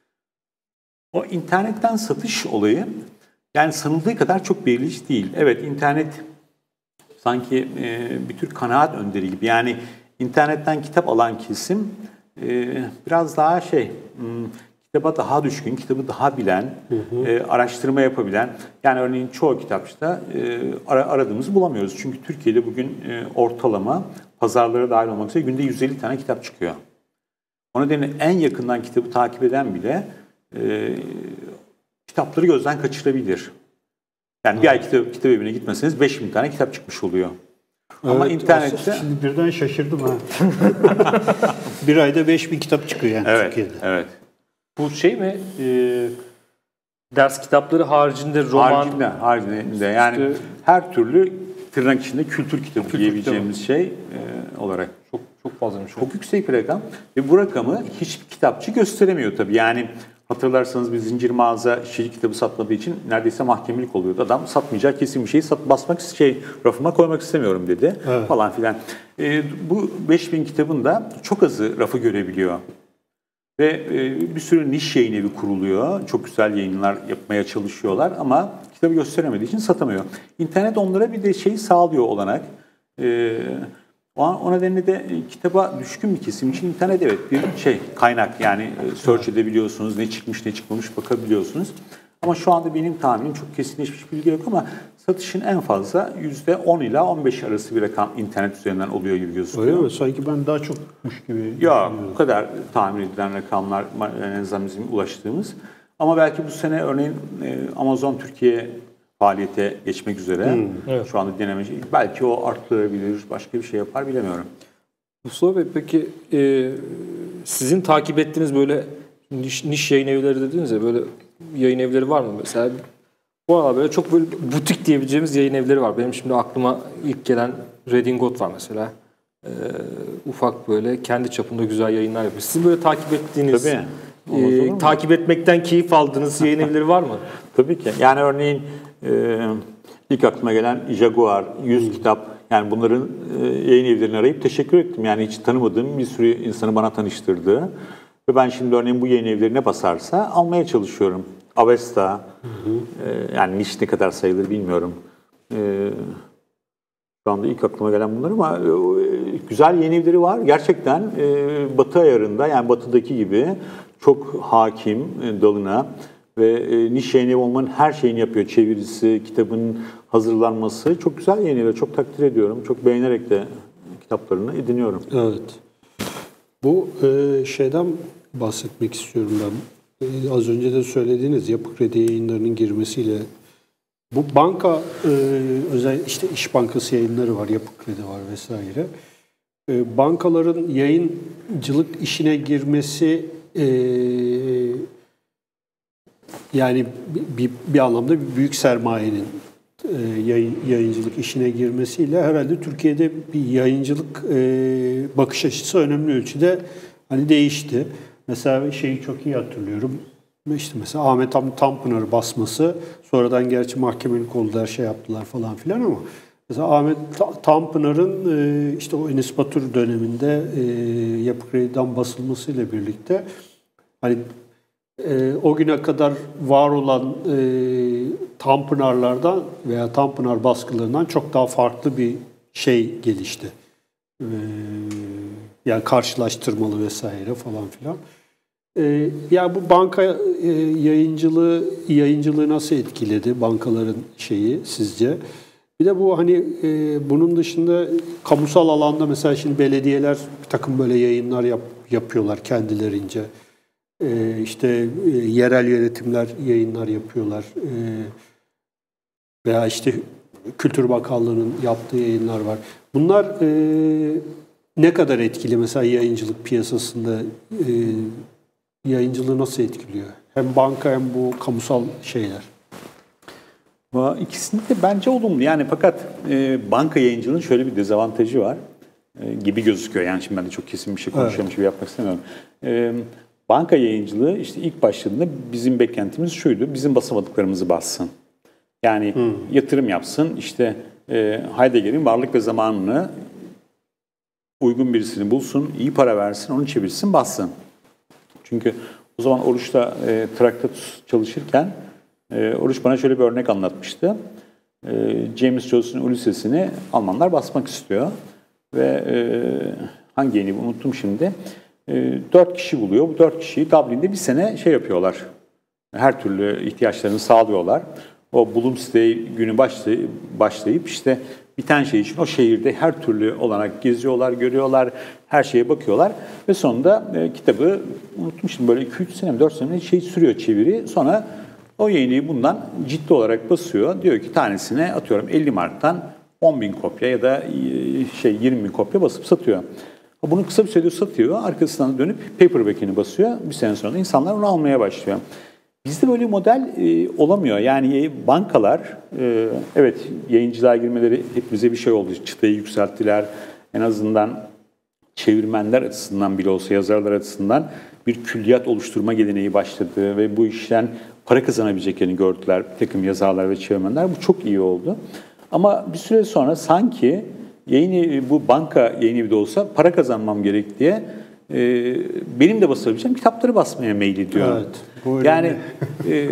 O internetten satış olayı yani sanıldığı kadar çok belirleyici değil. Evet, internet sanki e, bir tür kanaat önderi gibi. Yani internetten kitap alan kesim e, biraz daha şey... Hmm, kitaba daha düşkün, kitabı daha bilen, hı hı. E, araştırma yapabilen. Yani örneğin çoğu kitapçıda e, ar aradığımızı bulamıyoruz. Çünkü Türkiye'de bugün e, ortalama pazarlara dahil olmak üzere günde yüz elli tane kitap çıkıyor. O nedenle en yakından kitabı takip eden bile e, kitapları gözden kaçırabilir. Yani bir ay kitap, kitap evine gitmeseniz beş bin tane kitap çıkmış oluyor. Evet, ama internette... Şimdi birden şaşırdım ha. Bir ayda beş bin kitap çıkıyor yani evet, Türkiye'de. Evet. Bu şey mi? E, ders kitapları haricinde roman... Haricinde, haricinde. Yani işte, her türlü tırnak içinde kültür kitabı kültür diyebileceğimiz kitabı. şey e, olarak. Çok çok fazlamış. Çok yüksek bir rakam. Ve bu rakamı hiçbir kitapçı gösteremiyor tabii. Yani hatırlarsanız bir zincir mağaza şiir kitabı satmadığı için neredeyse mahkemelik oluyordu. Adam satmayacak kesin bir şeyi sat, basmak şey rafıma koymak istemiyorum dedi evet. falan filan. E, bu beş bin kitabın da çok azı rafı görebiliyor. Ve bir sürü niş yayın evi kuruluyor. Çok güzel yayınlar yapmaya çalışıyorlar ama kitabı gösteremediği için satamıyor. İnternet onlara bir de şey sağlıyor olanak. Ee, o nedenle de kitaba düşkün bir kesim için internet evet bir şey kaynak. Yani search edebiliyorsunuz, ne çıkmış ne çıkmamış bakabiliyorsunuz. Ama şu anda benim tahminim, çok kesinleşmiş bilgi yok ama satışın en fazla yüzde on ila on beş arası bir rakam internet üzerinden oluyor gibi gözüküyor. Öyle mi? Sanki ben daha çokmuş gibi. Ya bu kadar tahmin edilen rakamlar en azından bizim ulaştığımız. Ama belki bu sene örneğin Amazon Türkiye faaliyete geçmek üzere. Hmm, evet. Şu anda deneme, belki o arttırabilir, başka bir şey yapar bilemiyorum. Mustafa Bey, peki e, sizin takip ettiğiniz böyle niş, niş yayın evleri dediniz ya, böyle yayın evleri var mı mesela? Bu arada böyle çok böyle butik diyebileceğimiz yayın evleri var. Benim şimdi aklıma ilk gelen Redingot var mesela. Ee, ufak böyle kendi çapında güzel yayınlar yapıyor. Sizin böyle takip ettiğiniz, e, takip etmekten keyif aldığınız yayın evleri var mı? Tabii ki. Yani örneğin e, ilk aklıma gelen Jaguar, yüz kitap, yani bunların e, yayın evlerini arayıp teşekkür ettim. Yani hiç tanımadığım bir sürü insanı bana tanıştırdı. Ve ben şimdi örneğin bu yayın evlerine basarsa almaya çalışıyorum. Avesta, hı hı. E, yani niş ne kadar sayılır bilmiyorum. E, şu anda ilk aklıma gelen bunlar ama e, güzel yayın evleri var. Gerçekten e, Batı ayarında, yani Batı'daki gibi çok hakim e, dalına ve e, niş yayın evi olmanın her şeyini yapıyor. Çevirisi, kitabın hazırlanması çok güzel yayın evi. Çok takdir ediyorum. Çok beğenerek de kitaplarını ediniyorum. Evet. Bu e, şeyden bahsetmek istiyorum ben. E, az önce de söylediğiniz Yapı Kredi yayınlarının girmesiyle bu banka e, özel işte İş Bankası yayınları var, Yapı Kredi var vesaire. E, bankaların yayıncılık işine girmesi e, yani bir, bir anlamda bir büyük sermayenin e, yayın, yayıncılık işine girmesiyle herhalde Türkiye'de bir yayıncılık e, bakış açısı önemli ölçüde hani değişti. Mesela şeyi çok iyi hatırlıyorum. İşte mesela Ahmet Hamdi Tanpınar basması, sonradan gerçi mahkemelik oldu, her şey yaptılar falan filan ama mesela Ahmet Tanpınar'ın e, işte o Enes Batur döneminde e, Yapı Kredi'den basılmasıyla birlikte hani e, o güne kadar var olan e, Tanpınarlardan veya Tanpınar baskılarından çok daha farklı bir şey gelişti. E, yani karşılaştırmalı vesaire falan filan. Ee, ya bu banka e, yayıncılığı yayıncılığı nasıl etkiledi bankaların şeyi sizce? Bir de bu hani e, bunun dışında kamusal alanda mesela şimdi belediyeler bir takım böyle yayınlar yap, yapıyorlar kendilerince. E, işte e, yerel yönetimler yayınlar yapıyorlar. E, veya işte Kültür Bakanlığı'nın yaptığı yayınlar var. Bunlar e, ne kadar etkili mesela yayıncılık piyasasında? E, Yayıncılığı nasıl etkiliyor? Hem banka hem bu kamusal şeyler. İkisinde de bence olumlu. Yani fakat e, banka yayıncılığının şöyle bir dezavantajı var e, gibi gözüküyor. Yani şimdi ben de çok kesin bir şey konuşuyormuş evet. gibi yapmak istemiyorum. E, banka yayıncılığı işte ilk başladığında bizim beklentimiz şuydu. Bizim basamadıklarımızı bassın. Yani hmm. yatırım yapsın. İşte e, Heidegger'in Varlık ve Zamanını uygun birisini bulsun, iyi para versin, onu çevirsin, bassın. Çünkü o zaman Oruç'ta e, Traktatus çalışırken e, Oruç bana şöyle bir örnek anlatmıştı. E, James Joyce'un Ulysses'ini Almanlar basmak istiyor. Ve e, hangi yayını unuttum şimdi. E, dört kişi buluyor. Bu dört kişiyi Dublin'de bir sene şey yapıyorlar. Her türlü ihtiyaçlarını sağlıyorlar. O Bloomsday günü başlay- başlayıp işte biten şey için o şehirde her türlü olarak geziyorlar, görüyorlar, her şeye bakıyorlar. Ve sonunda e, kitabı unuttum şimdi böyle iki üç sene mi dört sene mi şey sürüyor çeviri. Sonra o yayını bundan ciddi olarak basıyor. Diyor ki tanesine atıyorum elli marktan on bin kopya ya da e, şey yirmi bin kopya basıp satıyor. Bunu kısa bir sürede satıyor. Arkasından dönüp paperback'ini basıyor. Bir sene sonra da insanlar onu almaya başlıyor. Bizde böyle model e, olamıyor. Yani bankalar, e, evet yayıncılığa girmeleri hepimize bir şey oldu. Çıtayı yükselttiler. En azından çevirmenler açısından bile olsa, yazarlar açısından bir külliyat oluşturma geleneği başladı. Ve bu işten para kazanabileceklerini gördüler bir takım yazarlar ve çevirmenler. Bu çok iyi oldu. Ama bir süre sonra sanki yayın, bu banka yayın evi de olsa para kazanmam gerek diye e, benim de basabileceğim kitapları basmaya meylediyor. Evet. Yani e,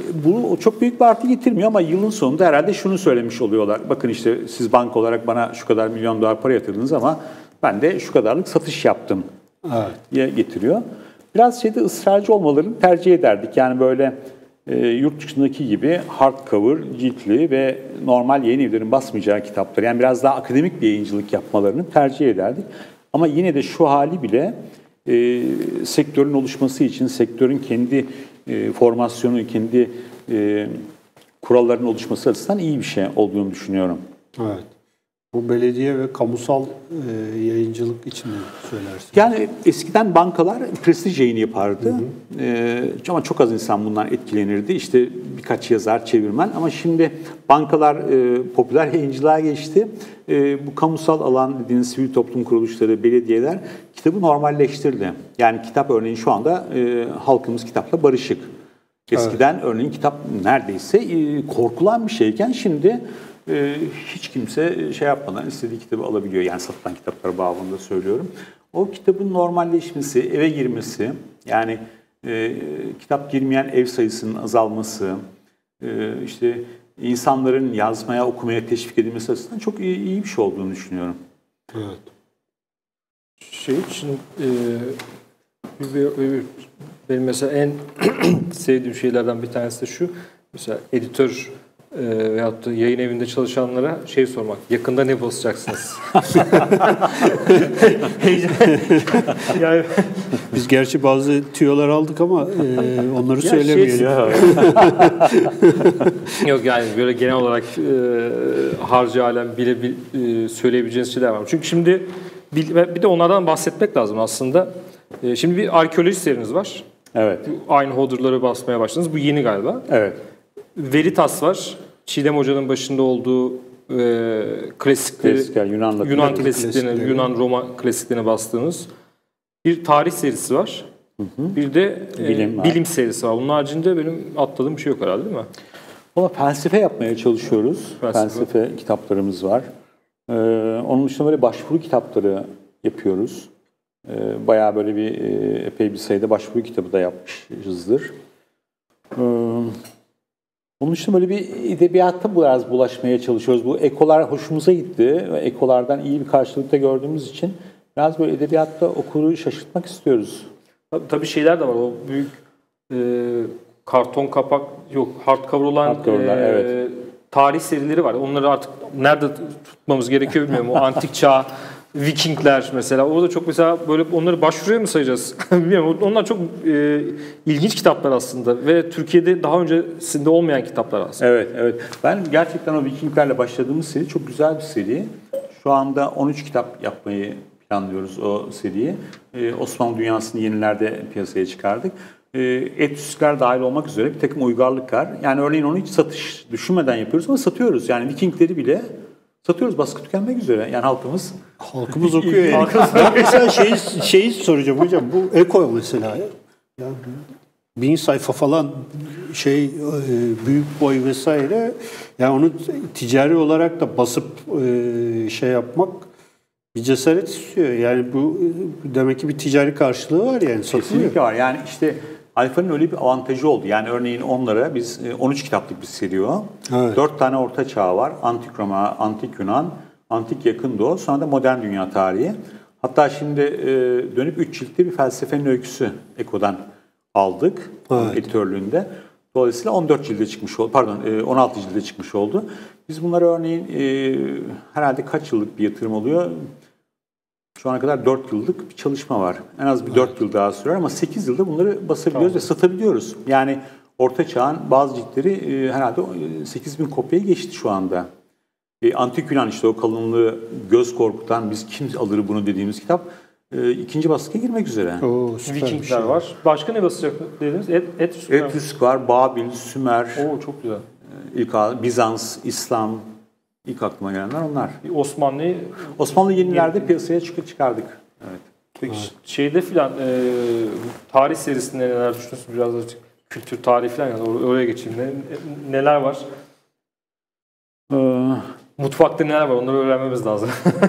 bu çok büyük bir artı getirmiyor ama yılın sonunda herhalde şunu söylemiş oluyorlar. Bakın işte siz banka olarak bana şu kadar milyon dolar para yatırdınız ama ben de şu kadarlık satış yaptım evet. diye getiriyor. Biraz şeyde ısrarcı olmalarını tercih ederdik. Yani böyle e, yurt dışındaki gibi hardcover, ciltli ve normal yayın evlerinin basmayacağı kitaplar. Yani biraz daha akademik bir yayıncılık yapmalarını tercih ederdik. Ama yine de şu hali bile e, sektörün oluşması için, sektörün kendi e, formasyonu, kendi e, kurallarının oluşması açısından iyi bir şey olduğunu düşünüyorum. Evet. Bu belediye ve kamusal e, yayıncılık için de söylersin. Yani eskiden bankalar prestij yayını yapardı. Hı hı. E, ama çok az insan bundan etkilenirdi. İşte birkaç yazar, çevirmen. Ama şimdi bankalar e, popüler yayıncılığa geçti. E, bu kamusal alan dediğiniz sivil toplum kuruluşları, belediyeler kitabı normalleştirdi. Yani kitap örneğin şu anda e, halkımız kitapla barışık. Eskiden evet. örneğin kitap neredeyse e, korkulan bir şeyken şimdi e, hiç kimse şey yapmadan istediği kitabı alabiliyor. Yani satılan kitaplar bağlamında söylüyorum. O kitabın normalleşmesi, eve girmesi, yani e, kitap girmeyen ev sayısının azalması, e, işte insanların yazmaya, okumaya teşvik edilmesi açısından çok iyi, iyi bir şey olduğunu düşünüyorum. Evet. Şey için e, bir, bir, bir, benim mesela en sevdiğim şeylerden bir tanesi de şu. Mesela editör e, veyahut da yayın evinde çalışanlara şey sormak. Yakında ne basacaksınız? Yani biz gerçi bazı tüyolar aldık ama e, onları ya söylemeyelim. Şey, yok yani böyle genel olarak e, harcı alem bile e, söyleyebileceğiniz şeyler var. Çünkü şimdi bir, bir de onlardan bahsetmek lazım aslında. E, şimdi bir arkeoloji seriniz var. Evet. Aynı hodurları basmaya başladınız. Bu yeni galiba. Evet. Veritas var. Çiğdem Hoca'nın başında olduğu e, klasikleri, Klasikler, Yunan, Yunan klasiklerini, Yunan Roma klasiklerini bastığınız bir tarih serisi var. Hı hı. Bir de e, bilim, bilim serisi var. Bunun haricinde benim atladığım bir şey yok herhalde değil mi? Ama felsefe yapmaya çalışıyoruz. Felsefe, felsefe kitaplarımız var. Ee, onun dışında böyle başvuru kitapları yapıyoruz. Ee, bayağı böyle bir e, epey bir sayıda başvuru kitabı da yapmışızdır. Ee, onun dışında böyle bir edebiyatta biraz bulaşmaya çalışıyoruz. Bu ekolar hoşumuza gitti. Ekolardan iyi bir karşılıkta gördüğümüz için biraz böyle edebiyatta okuru şaşırtmak istiyoruz. Tabii, tabii şeyler de var. O büyük e, karton kapak yok hardcover olan hardcover'lar, e, evet. tarih serileri var. Onları artık nerede tutmamız gerekiyor bilmiyorum. O antik çağ, Vikingler mesela. Orada çok mesela böyle onları başvuruya mı sayacağız? Bilmiyorum. Onlar çok e, ilginç kitaplar aslında ve Türkiye'de daha öncesinde olmayan kitaplar aslında. Evet, evet. Ben gerçekten o Vikinglerle başladığımız seri çok güzel bir seri. Şu anda on üç kitap yapmayı planlıyoruz o seriyi. Ee, Osmanlı dünyasını yenilerde piyasaya çıkardık. Ee, etüsler dahil olmak üzere bir takım uygarlıklar. Yani örneğin onu hiç satış düşünmeden yapıyoruz ama satıyoruz. Yani Vikingleri bile satıyoruz. Baskı tükenmek üzere. Yani halkımız halkımız okuyor yani. Ben mesela şeyi, şeyi soracağım hocam. Bu Eko mesela. Ya, bin sayfa falan şey büyük boy vesaire. Yani onu ticari olarak da basıp şey yapmak bir cesaret istiyor. Yani bu demek ki bir ticari karşılığı var yani. Kesinlikle var. Yani işte Alfa'nın öyle bir avantajı oldu. Yani örneğin onlara biz on üç kitaplık bir seri o. Evet. dört tane orta çağ var. Antik Roma, Antik Yunan, Antik Yakın Doğu, sonra da modern dünya tarihi. Hatta şimdi dönüp üç ciltli bir felsefenin öyküsü Eko'dan aldık. Evet. Editörlüğünde. Dolayısıyla on dört cilde çıkmış oldu. Pardon on altı cilde çıkmış oldu. Biz bunları örneğin herhalde kaç yıllık bir yatırım oluyor? Şu ana kadar dört yıllık bir çalışma var. En az bir dört evet. yıl daha sürer ama sekiz yılda bunları basabiliyoruz tamam. ve satabiliyoruz. Yani Orta Çağ'ın bazı ciltleri e, herhalde sekiz bin kopyaya geçti şu anda. E, Antik Yunan işte o kalınlığı göz korkutan biz kim alır bunu dediğimiz kitap e, ikinci baskıya girmek üzere. Oo, Vikingler şey. var. Başka ne basacak dediniz? Et, Etrüsk, Etrüsk var, Babil, Sümer. Oo çok güzel. E, ilk Bizans, İslam. İlk aklıma gelenler onlar. Osmanlı Osmanlı yenilerde yeni... piyasaya çıkardık. Evet. Peki evet. şeyde filan e, tarih serisinde neler düşünüyorsunuz? Biraz da kültür tarihi filan yani oraya geçeyim. Ne, neler var? Ee... Mutfakta neler var? Onları öğrenmemiz lazım.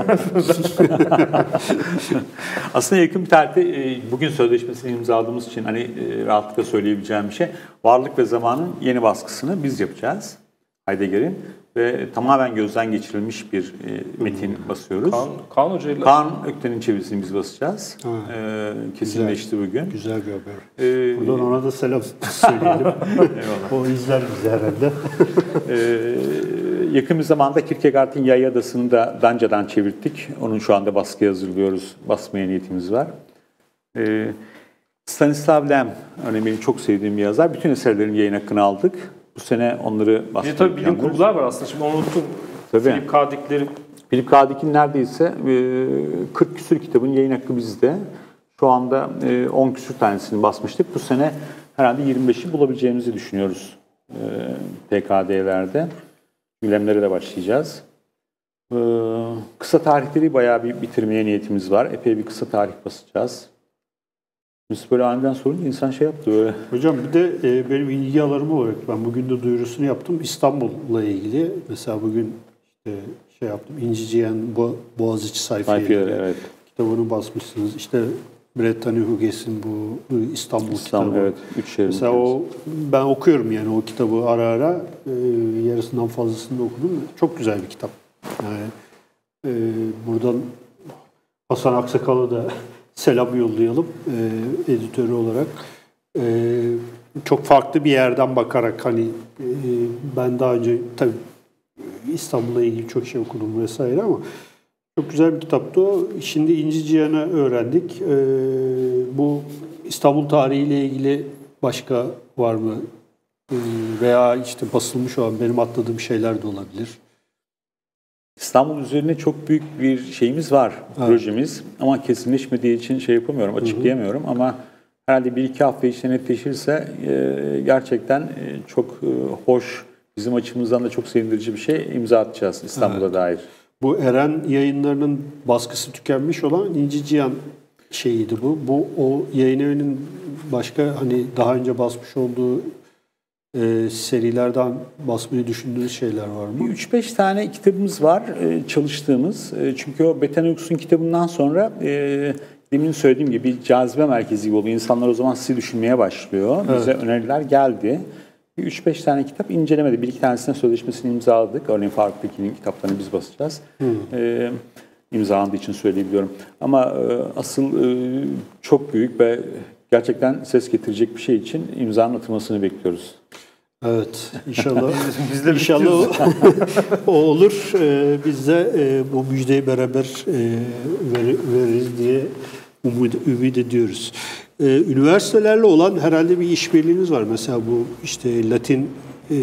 Aslında yakın bir tarihte bugün sözleşmesini imzaladığımız için hani rahatlıkla söyleyebileceğim bir şey. Varlık ve Zaman'ın yeni baskısını biz yapacağız. Heidegger'in ve tamamen gözden geçirilmiş bir e, metin hmm. basıyoruz. Kaan, Kaan Hoca'yla... Kaan Ökten'in çevirisini biz basacağız. E, kesinleşti güzel, bugün. Güzel bir haber. Ee, Buradan ona da selam söyleyelim. O izler bizi herhalde. e, yakın bir zamanda Kierkegaard'ın Yay Adası'nı da Danca'dan çevirdik. Onun şu anda baskıya hazırlıyoruz. Basmaya niyetimiz var. E, Stanislav Lem, örneğin benim çok sevdiğim bir yazar. Bütün eserlerin yayın hakkını aldık. Bu sene onları bastık. Tabii bilim kurgular var aslında. Şimdi onu unuttum. Tabii. Philip K. Dick'leri. Philip K. Dick'in neredeyse kırk küsur kitabın yayın hakkı bizde. Şu anda on küsur tanesini basmıştık. Bu sene herhalde yirmi beşi bulabileceğimizi düşünüyoruz P K D'lerde. Gülemlere de başlayacağız. Kısa tarihleri bayağı bir bitirmeye niyetimiz var. Epey bir kısa tarih basacağız. Biz böyle aniden sorunca insan şey yaptı böyle. Hocam bir de e, benim ilgi alanım olarak ben bugün de duyurusunu yaptım İstanbul'la ilgili. Mesela bugün işte şey yaptım İnci Cihan Bo Boğaziçi sayfaları Sayfiyeleri, evet. kitabını basmışsınız. İşte Brittany Huges'in bu İstanbul, İstanbul kitabı. evet. Üç şehrin Mesela o ben okuyorum yani o kitabı ara ara e, yarısından fazlasını da okudum. Çok güzel bir kitap. Yani e, buradan Hasan Aksakal'a da selam yollayalım e, editörü olarak. E, çok farklı bir yerden bakarak hani e, ben daha önce tabii İstanbul'la ilgili çok şey okudum vesaire ama çok güzel bir kitaptı o. Şimdi İnci Cihan'ı öğrendik. E, bu İstanbul tarihiyle ilgili başka var mı? E, veya işte basılmış olan benim atladığım şeyler de olabilir. İstanbul üzerine çok büyük bir şeyimiz var, evet. projemiz. Ama kesinleşmediği için şey yapamıyorum, açıklayamıyorum. Hı hı. Ama herhalde bir iki hafta içinde netleşirse e, gerçekten e, çok e, hoş, bizim açımızdan da çok sevindirici bir şey imza atacağız İstanbul'a evet. dair. Bu Eren Yayınları'nın baskısı tükenmiş olan İnci Cihan şeyiydi bu. Bu o yayın evinin başka hani daha önce basmış olduğu e, serilerden basmayı düşündüğünüz şeyler var mı? üç beş tane kitabımız var e, çalıştığımız. E, çünkü o Bethany Huges'un kitabından sonra e, demin söylediğim gibi cazibe merkezi gibi oluyor. İnsanlar o zaman sizi düşünmeye başlıyor. Bize evet. öneriler geldi. üç beş tane kitap incelemedi. Bir iki tanesine sözleşmesini imzaladık. Örneğin Faruk Pekin'in kitaplarını biz basacağız. E, imzalandığı için söyleyebiliyorum. Ama e, asıl e, çok büyük ve gerçekten ses getirecek bir şey için imzanın atılmasını bekliyoruz. Evet, inşallah. Biz de inşallah o, o olur. Ee, biz de e, bu müjdeyi beraber e, ver, veririz diye umut, ümit ediyoruz. Ee, üniversitelerle olan herhalde bir işbirliğiniz var. Mesela bu işte Latin e,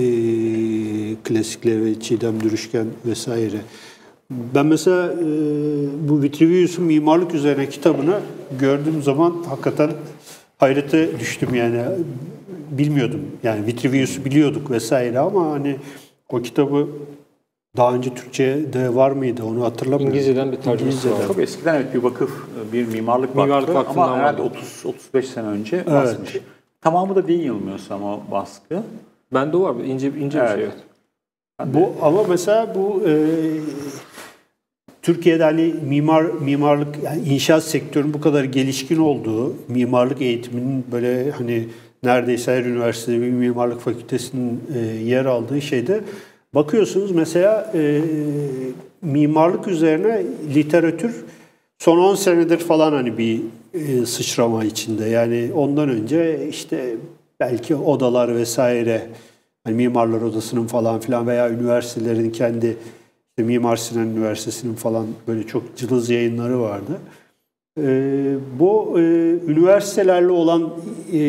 klasikleri ve Çiğdem Dürüşken vesaire. Ben mesela e, bu Vitruvius'un mimarlık üzerine kitabını gördüğüm zaman hakikaten hayrete düştüm yani. Bilmiyordum. Yani Vitruvius'u biliyorduk vesaire ama hani o kitabı daha önce Türkçe'de var mıydı onu hatırlamıyorum. İngilizceden bir tercümesi var. Çok eskiden evet bir vakıf, bir mimarlık, mimarlık vakfı ama herhalde otuz otuz beş sene önce evet. basmış. Tamamı da değil yanılmıyorsam o baskı. Bende o var. İnce, ince evet. bir şey. Evet. Bu, ama mesela bu e, Türkiye'de hani mimar mimarlık yani inşaat sektörünün bu kadar gelişkin olduğu, mimarlık eğitiminin böyle hani neredeyse her üniversitede bir mimarlık fakültesinin e, yer aldığı şeyde bakıyorsunuz mesela e, mimarlık üzerine literatür son on senedir falan hani bir e, sıçrama içinde. Yani ondan önce işte belki odalar vesaire hani Mimarlar Odası'nın falan filan veya üniversitelerin kendi işte Mimar Sinan Üniversitesi'nin falan böyle çok cılız yayınları vardı. Ee, bu e, üniversitelerle olan e,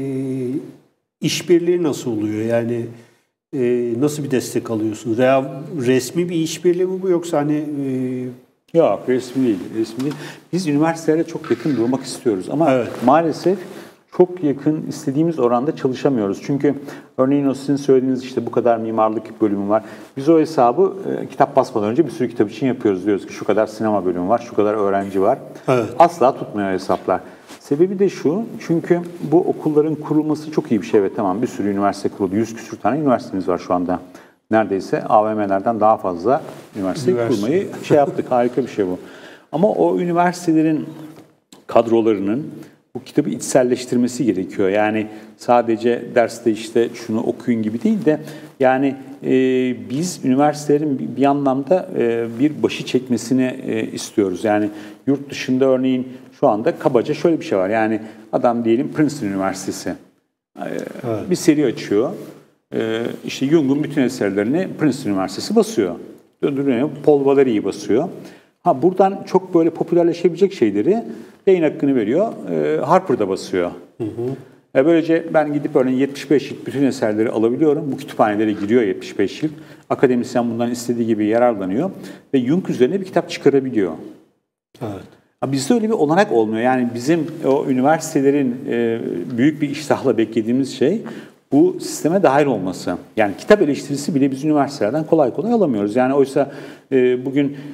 işbirliği nasıl oluyor? Yani e, nasıl bir destek alıyorsunuz? Veya resmi bir işbirliği mi bu yoksa hani... E... Yok resmi değil, resmi değil. Biz üniversitelere çok yakın durmak istiyoruz ama evet. maalesef çok yakın istediğimiz oranda çalışamıyoruz. Çünkü örneğin o sizin söylediğiniz işte bu kadar mimarlık bölümü var. Biz o hesabı e, kitap basmadan önce bir sürü kitap için yapıyoruz. Diyoruz ki şu kadar sinema bölümü var, şu kadar öğrenci var. Evet. Asla tutmuyor hesaplar. Sebebi de şu, çünkü bu okulların kurulması çok iyi bir şey. Evet tamam bir sürü üniversite kuruldu. Yüz küsür tane üniversitemiz var şu anda. Neredeyse A V M'lerden daha fazla üniversite, üniversite kurmayı şey yaptık. Harika bir şey bu. Ama o üniversitelerin kadrolarının bu kitabı içselleştirmesi gerekiyor. Yani sadece derste işte şunu okuyun gibi değil de yani e, biz üniversitelerin bir, bir anlamda e, bir başı çekmesini e, istiyoruz. Yani yurt dışında örneğin şu anda kabaca şöyle bir şey var. Yani adam diyelim Princeton Üniversitesi e, evet. bir seri açıyor. E, işte Jung'un bütün eserlerini Princeton Üniversitesi basıyor. Döndürüyor. Paul Valeri'yi basıyor. Ha buradan çok böyle popülerleşebilecek şeyleri yayın hakkını veriyor. E, Harper'da basıyor. Hı hı. E, böylece ben gidip örneğin yetmiş beş yıl bütün eserleri alabiliyorum. Bu kütüphanelere giriyor yetmiş beş yıl. Akademisyen bundan istediği gibi yararlanıyor. Ve Jung üzerine bir kitap çıkarabiliyor. Evet. Ha, bizde öyle bir olanak olmuyor. Yani bizim o üniversitelerin e, büyük bir iştahla beklediğimiz şey bu sisteme dahil olması. Yani kitap eleştirisi bile biz üniversitelerden kolay kolay alamıyoruz. Yani oysa e, bugün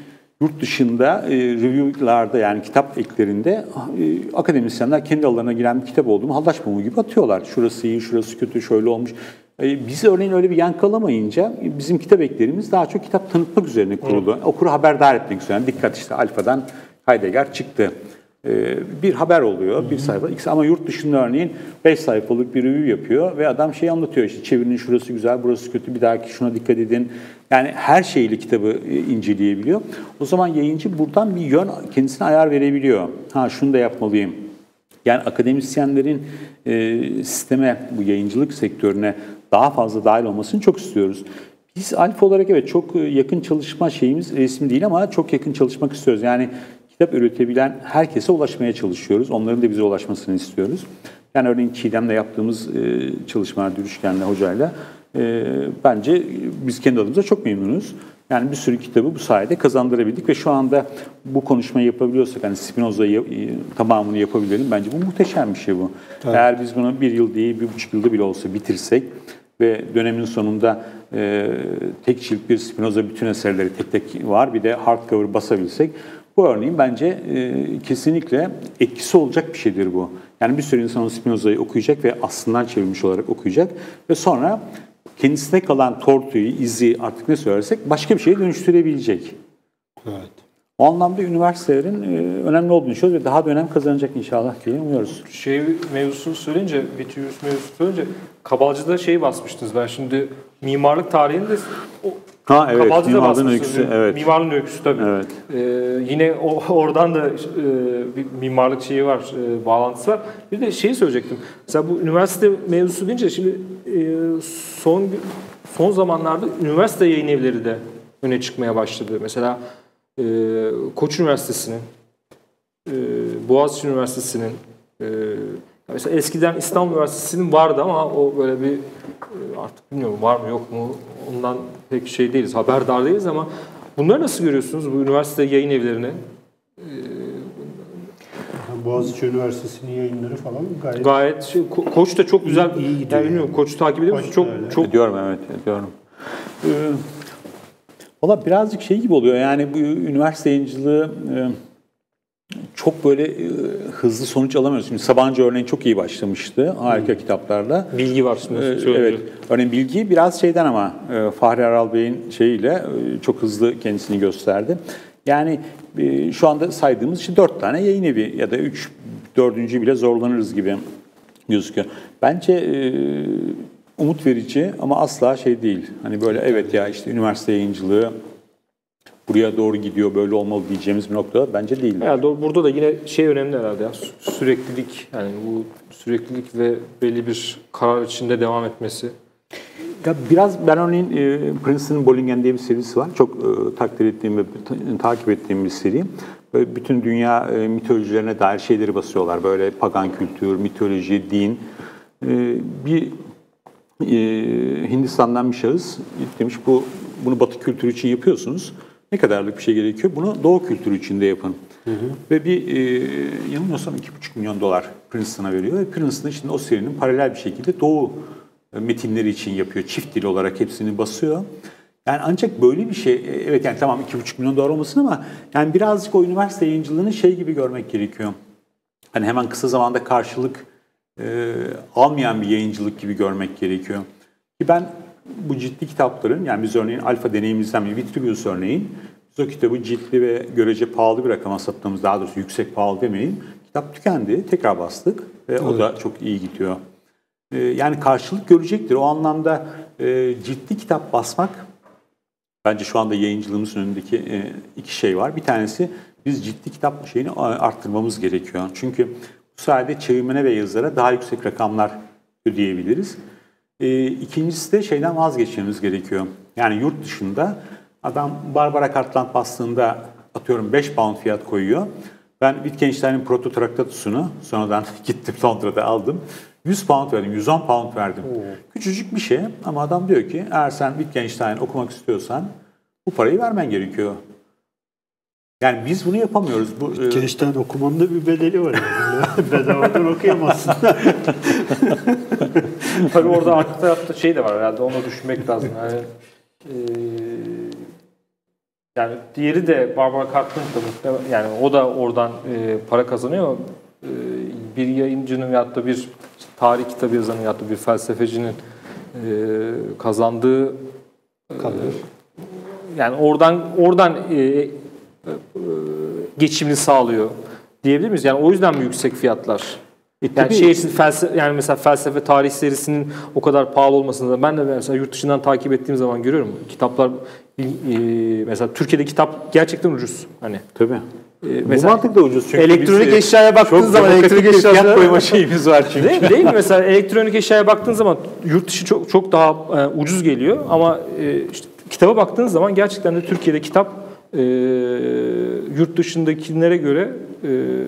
yurt dışında e, review'larda yani kitap eklerinde e, akademisyenler kendi alanına giren bir kitap olduğumu hallaç pamuğu gibi atıyorlar. Şurası iyi, şurası kötü, şöyle olmuş. E, biz örneğin öyle bir yankı alamayınca e, bizim kitap eklerimiz daha çok kitap tanıtmak üzerine kuruldu. Evet. Okuru haberdar etmek üzerine. Dikkat işte Alfa'dan Heidegger çıktı. E, bir haber oluyor, bir sayfa. Ama yurt dışında örneğin beş sayfalık bir review yapıyor ve adam şey anlatıyor işte çevirinin şurası güzel, burası kötü, bir dahaki şuna dikkat edin. Yani her şeyle kitabı inceleyebiliyor. O zaman yayıncı buradan bir yön kendisine ayar verebiliyor. Ha şunu da yapmalıyım. Yani akademisyenlerin e, sisteme, bu yayıncılık sektörüne daha fazla dahil olmasını çok istiyoruz. Biz Alfa olarak evet çok yakın çalışma şeyimiz resmi değil ama çok yakın çalışmak istiyoruz. Yani kitap üretebilen herkese ulaşmaya çalışıyoruz. Onların da bize ulaşmasını istiyoruz. Yani örneğin Çiğdem'le yaptığımız e, çalışmalar, Dürüşken'le, hocayla e, bence biz kendi adımıza çok memnunuz. Yani bir sürü kitabı bu sayede kazandırabildik ve şu anda bu konuşmayı yapabiliyorsak, hani Spinoza'yı e, tamamını yapabilelim. Bence bu muhteşem bir şey bu. Evet. Eğer biz bunu bir yıl değil, bir buçuk yılda bile olsa bitirsek ve dönemin sonunda e, tek cilt bir Spinoza bütün eserleri tek tek var, bir de hardcover basabilsek, bu örneğin bence e, kesinlikle etkisi olacak bir şeydir bu. Yani bir sürü insan Spinoza'yı okuyacak ve aslından çevrilmiş olarak okuyacak ve sonra kendisine kalan tortuyu, izi artık ne söylersek başka bir şeye dönüştürebilecek. Evet. O anlamda üniversitelerin e, önemli olduğunu düşünüyoruz ve daha da önem kazanacak inşallah diye umuyoruz. Şey mevzusunu söyleyince, Vitruvius mevzusunu söyleyince Kabalcı'da şey basmıştınız. Ben şimdi mimarlık tarihinde o Ha evet, Kabalcı'da mimarlığın öyküsü. Evet. Mimarlığın öyküsü tabii. Evet. Ee, yine o, oradan da e, bir mimarlık şeyi var, e, bağlantısı var. Bir de şeyi söyleyecektim. Mesela bu üniversite mevzusu deyince şimdi e, son son zamanlarda üniversite yayın evleri de öne çıkmaya başladı. Mesela e, Koç Üniversitesi'nin, e, Boğaziçi Üniversitesi'nin, e, mesela eskiden İstanbul Üniversitesi'nin vardı ama o böyle bir artık bilmiyorum var mı yok mu ondan pek şey değiliz, haberdar değiliz ama bunları nasıl görüyorsunuz bu üniversite yayın evlerini? Ee, Boğaziçi Üniversitesi'nin yayınları falan gayet gayet şey, Ko- Koç da çok güzel. iyi, iyi gidiyor. Yani bilmiyorum, Koç'u takip ediyor musunuz? Çok öyle. çok ediyorum evet ediyorum. Ee, Valla birazcık şey gibi oluyor yani bu üniversite yayıncılığı e, çok böyle e, hızlı sonuç alamıyoruz. Şimdi Sabancı örneğin çok iyi başlamıştı. Harika hmm. kitaplarla. Bilgi var şimdi. Ee, evet. Örneğin Bilgi biraz şeyden ama e, Fahri Aral Bey'in şeyiyle e, çok hızlı kendisini gösterdi. Yani e, şu anda saydığımız işte dört tane yayın evi ya da üç, dördüncü bile zorlanırız gibi gözüküyor. Bence e, umut verici ama asla şey değil. Hani böyle evet ya işte üniversite yayıncılığı buraya doğru gidiyor, böyle olmalı diyeceğimiz bir nokta bence değil. Yani burada da yine şey önemli herhalde ya, süreklilik, yani bu süreklilik ve belli bir karar içinde devam etmesi. Ya biraz ben örneğin e, Princeton Bollingen diye bir serisi var. Çok e, takdir ettiğim ve t- takip ettiğim bir seri. Böyle bütün dünya e, mitolojilerine dair şeyleri basıyorlar. Böyle pagan kültür, mitoloji, din. E, bir e, Hindistan'dan bir şahıs demiş bu bunu Batı kültürü için yapıyorsunuz. Ne kadarlık bir şey gerekiyor? Bunu Doğu kültürü içinde yapın. Hı hı. Ve bir e, yanılmıyorsam iki buçuk milyon dolar Princeton'a veriyor. Ve Princeton şimdi o serinin paralel bir şekilde Doğu metinleri için yapıyor. Çift dil olarak hepsini basıyor. Yani ancak böyle bir şey, evet yani tamam iki buçuk milyon dolar olmasın ama yani birazcık o üniversite yayıncılığını şey gibi görmek gerekiyor. Hani hemen kısa zamanda karşılık e, almayan bir yayıncılık gibi görmek gerekiyor. Ki ben bu ciddi kitapların, yani biz örneğin Alfa deneyimimizden bir Vitruvius örneğin, biz o kitabı ciddi ve görece pahalı bir rakama sattığımız, daha doğrusu yüksek pahalı demeyin, kitap tükendi, tekrar bastık ve evet. O da çok iyi gidiyor. Ee, yani karşılık görecektir. O anlamda e, ciddi kitap basmak, bence şu anda yayıncılığımızın önündeki e, iki şey var. Bir tanesi biz ciddi kitap şeyini arttırmamız gerekiyor. Çünkü bu sayede çevirmene ve yazara daha yüksek rakamlar ödeyebiliriz. E, ikincisi de şeyden vazgeçmemiz gerekiyor. Yani yurt dışında adam Barbara Cartland bastığında atıyorum beş pound fiyat koyuyor. Ben Wittgenstein'in Proto-Traktatus'unu sonradan gittim Londra'da aldım. yüz pound verdim, yüz on pound verdim. Oo. Küçücük bir şey ama adam diyor ki eğer sen Wittgenstein okumak istiyorsan bu parayı vermen gerekiyor. Yani biz bunu yapamıyoruz. Bu Wittgenstein e... okumanın da bir bedeli var yani. Bedavadan okuyamazsın. Tabii orada arka tarafta şey de var herhalde, onu düşünmek lazım. Yani, e, Yani diğeri de Barbara Cartland da yani o da oradan e, para kazanıyor. E, bir yayıncının veyahut da bir tarih kitabı yazanın veyahut da bir felsefecinin e, kazandığı e, yani oradan oradan e, e, geçimini sağlıyor diyebilir miyiz? Yani o yüzden mi yüksek fiyatlar? E, Yani şey için felsefe, yani mesela felsefe tarih serisinin o kadar pahalı olmasını da ben de mesela yurt dışından takip ettiğim zaman görüyorum. Kitaplar e, mesela Türkiye'de kitap gerçekten ucuz. Hani tabii. e, Bu mantık da ucuz çünkü elektronik biz, eşyaya baktığın zaman elektronik eşyaya eşyaya koyma şeyimiz var çünkü. Değil, değil mi? Mesela elektronik eşyaya baktığın zaman yurt dışı çok çok daha e, ucuz geliyor ama e, işte kitaba baktığın zaman gerçekten de Türkiye'de kitap e, yurt dışındakilere göre e,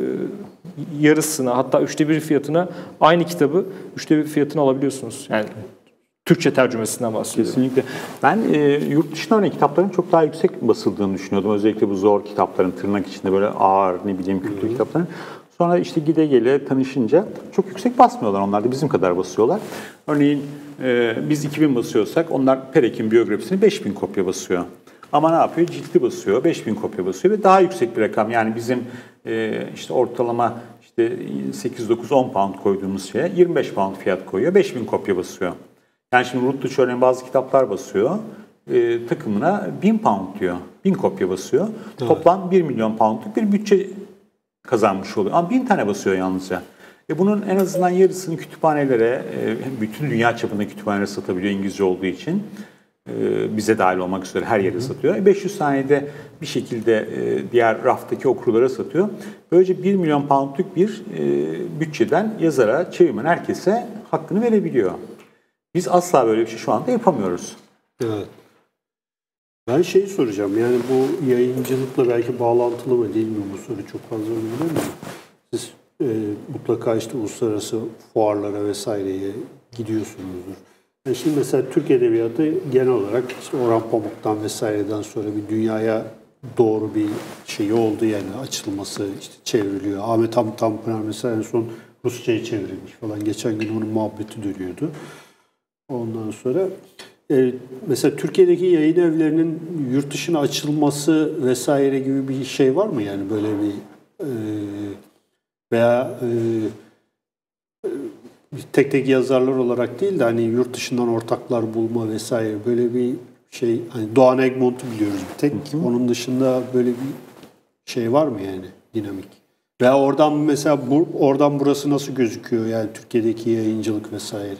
yarısına hatta üçte bir fiyatına aynı kitabı üçte bir fiyatına alabiliyorsunuz. Yani Türkçe tercümesinden bahsediyorum. Kesinlikle. Ben e, yurt dışında örneğin kitapların çok daha yüksek basıldığını düşünüyordum. Özellikle bu zor kitapların tırnak içinde böyle ağır ne bileyim kültür kitapların. Sonra işte gide gele tanışınca çok yüksek basmıyorlar. Onlar da bizim kadar basıyorlar. Örneğin e, biz iki bin basıyorsak onlar Perek'in biyografisini beş bin kopya basıyor. Ama ne yapıyor? Ciltli basıyor, beş bin kopya basıyor ve daha yüksek bir rakam. Yani bizim e, işte ortalama işte sekiz dokuz on pound koyduğumuz şeye yirmi beş pound fiyat koyuyor, beş bin kopya basıyor. Yani şimdi Routledge örneğin bazı kitaplar basıyor, e, takımına bin pound diyor, bin kopya basıyor. Evet. Toplam bir milyon poundluk bir bütçe kazanmış oluyor. Ama bin tane basıyor yalnızca. E bunun en azından yarısını kütüphanelere, e, bütün dünya çapında kütüphanelere satabiliyor İngilizce olduğu için. E, bize dahil olmak üzere her yere satıyor. E beş yüz tane de bir şekilde e, diğer raftaki okurlara satıyor. Böylece bir milyon poundluk bir e, bütçeden yazara, çevirmen herkese hakkını verebiliyor. Biz asla böyle bir şey şu anda yapamıyoruz. Evet. Ben şeyi soracağım, yani bu yayıncılıkla belki bağlantılı mı değil mi bu soru, çok fazla önemli değil mi? Siz e, mutlaka işte uluslararası fuarlara vesaireye gidiyorsunuzdur. Yani şimdi mesela Türk Edebiyatı genel olarak işte Orhan Pamuk'tan vesaireden sonra bir dünyaya doğru bir şey oldu, yani açılması, işte çevriliyor. Ahmet Hamit Tanpınar mesela en son Rusça'yı çevrilmiş falan. Geçen gün onun muhabbeti dönüyordu. Ondan sonra e, mesela Türkiye'deki yayın evlerinin yurt dışına açılması vesaire gibi bir şey var mı, yani böyle bir e, veya e, tek tek yazarlar olarak değil de hani yurt dışından ortaklar bulma vesaire, böyle bir şey, hani Doğan Egmont'u biliyoruz bir tek. Hı hı. Onun dışında böyle bir şey var mı yani, dinamik? Veya oradan mesela bu, oradan burası nasıl gözüküyor yani Türkiye'deki yayıncılık vesaire?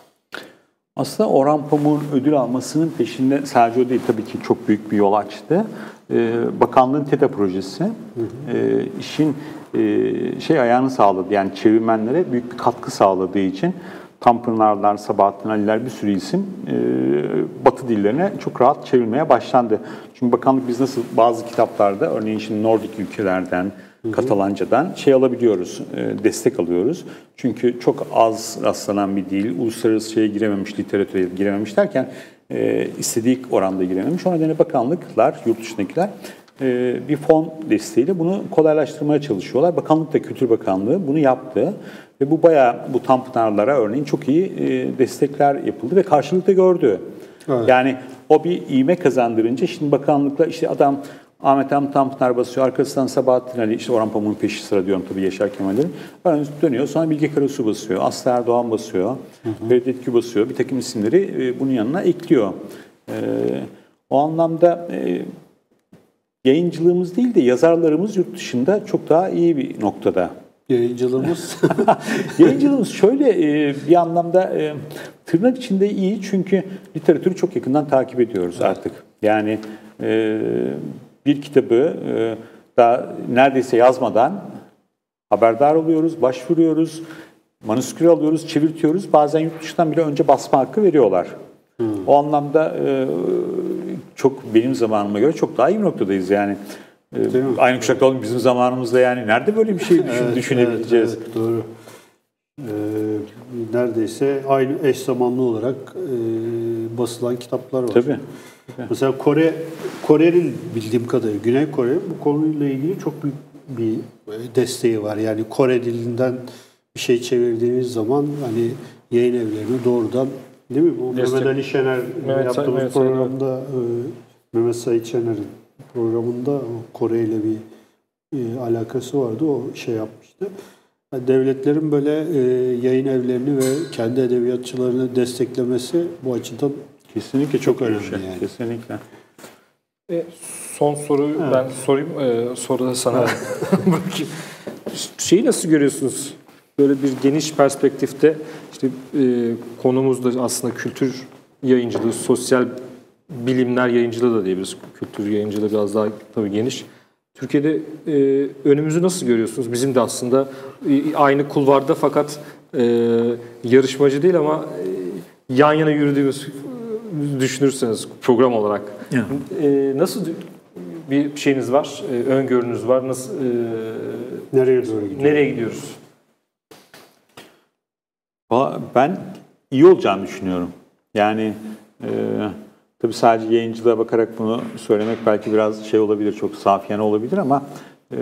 Aslında Orhan Pamuk'un ödül almasının peşinde sadece o değil, tabii ki çok büyük bir yol açtı. Ee, bakanlığın TETA projesi hı hı. E, işin e, şey ayağını sağladı. Yani çevirmenlere büyük bir katkı sağladığı için Tanpınarlar, Sabahattin Ali'ler, bir sürü isim e, Batı dillerine çok rahat çevrilmeye başlandı. Çünkü bakanlık biz nasıl bazı kitaplarda örneğin şimdi Nordik ülkelerden, hı hı. Katalancadan şey alabiliyoruz, e, destek alıyoruz. Çünkü çok az rastlanan bir dil, uluslararası şeye girememiş, literatüre girememiş derken e, istediği oranda girememiş. O nedenle bakanlıklar, yurt dışındakiler e, bir fon desteğiyle bunu kolaylaştırmaya çalışıyorlar. Bakanlık da Kültür Bakanlığı bunu yaptı. Ve bu bayağı bu Tanpınarlara örneğin çok iyi e, destekler yapıldı ve karşılık da gördü. Evet. Yani o bir ivme kazandırınca şimdi bakanlıkla işte adam Ahmet Hamit Tanpınar basıyor, arkasından Sabahattin Ali, işte Orhan Pamuk'un peşi sıra diyorum tabii Yaşar Kemal'lerin. Dönüyor, sonra Bilge Karasu basıyor, Aslı Erdoğan basıyor, Ferdet Gü basıyor. Bir takım isimleri e, bunun yanına ekliyor. E, o anlamda e, yayıncılığımız değil de yazarlarımız yurt dışında çok daha iyi bir noktada. Yayıncılığımız? Yayıncılığımız şöyle e, bir anlamda e, tırnak içinde iyi, çünkü literatürü çok yakından takip ediyoruz evet. artık. Yani e, bir kitabı e, daha neredeyse yazmadan haberdar oluyoruz, başvuruyoruz, manuskür alıyoruz, çevirtiyoruz. Bazen yurt dışından bile önce basma hakkı veriyorlar. Hmm. O anlamda e, çok benim zamanıma göre çok daha iyi bir noktadayız yani. Aynı kuşakta olun bizim zamanımızda, yani nerede böyle bir şey düşün, evet, düşünebileceğiz? Evet, evet, doğru. Ee, neredeyse aynı eş zamanlı olarak e, basılan kitaplar var. Tabii. Tabii. Mesela Kore, Kore'nin bildiğim kadarıyla Güney Kore bu konuyla ilgili çok büyük bir desteği var. Yani Kore dilinden bir şey çevirdiğiniz zaman hani yayın evlerine doğrudan, değil mi? Bu Mehmet Ali Şener Mehmet yaptığımız Mehmet programda e, Mehmet Sait Şener'in programında Kore ile bir e, alakası vardı. O şey yapmıştı. Yani devletlerin böyle e, yayın evlerini ve kendi edebiyatçılarını desteklemesi bu açıdan Kesinlikle çok, çok önemli. önemli yani. Kesinlikle. E, son soruyu Evet. ben sorayım. E, sonra da sana bırakayım. Şeyi nasıl görüyorsunuz? Böyle bir geniş perspektifte işte e, konumuz da aslında kültür yayıncılığı, sosyal bilimler yayıncılığı da diyebiliriz. Kültür yayıncılığı biraz daha tabii geniş. Türkiye'de e, önümüzü nasıl görüyorsunuz? Bizim de aslında e, aynı kulvarda fakat e, yarışmacı değil ama e, yan yana yürüdüğümüz düşünürseniz program olarak. Ya. E, nasıl bir şeyiniz var, e, öngörünüz var? Nasıl e, nereye doğru gidiyor? nereye gidiyoruz? Valla Ben iyi olacağını düşünüyorum. Yani e, tabii sadece yayıncılığa bakarak bunu söylemek belki biraz şey olabilir, çok safiyane olabilir ama e,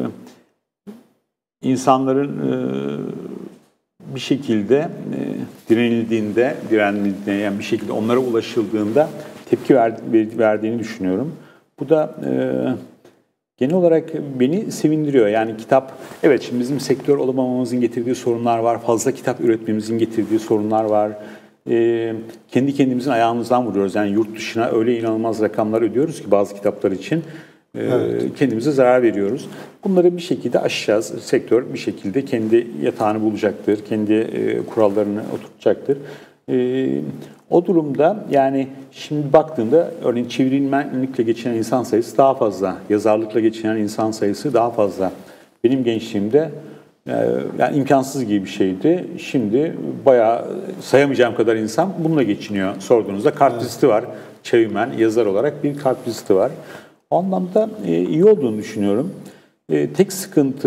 insanların e, bir şekilde e, direnildiğinde, direnildiğinde yani bir şekilde onlara ulaşıldığında tepki ver, verdiğini düşünüyorum. Bu da e, genel olarak beni sevindiriyor. Yani kitap, evet şimdi bizim sektör olamamamızın getirdiği sorunlar var. Fazla kitap üretmemizin getirdiği sorunlar var. Ee, kendi kendimizin ayağımızdan vuruyoruz. Yani yurt dışına öyle inanılmaz rakamlar ödüyoruz ki bazı kitaplar için e, evet. kendimize zarar veriyoruz. Bunları bir şekilde aşacağız. Sektör bir şekilde kendi yatağını bulacaktır. Kendi e, kurallarını oturtacaktır. E, o durumda yani şimdi baktığında örneğin çevirmenlikle geçinen insan sayısı daha fazla. Yazarlıkla geçinen insan sayısı daha fazla. Benim gençliğimde yani imkansız gibi bir şeydi. Şimdi bayağı sayamayacağım kadar insan bununla geçiniyor. Sorduğunuzda kartlisti var. Çevirmen, yazar olarak bir kartlisti var. O anlamda iyi olduğunu düşünüyorum. Tek sıkıntı,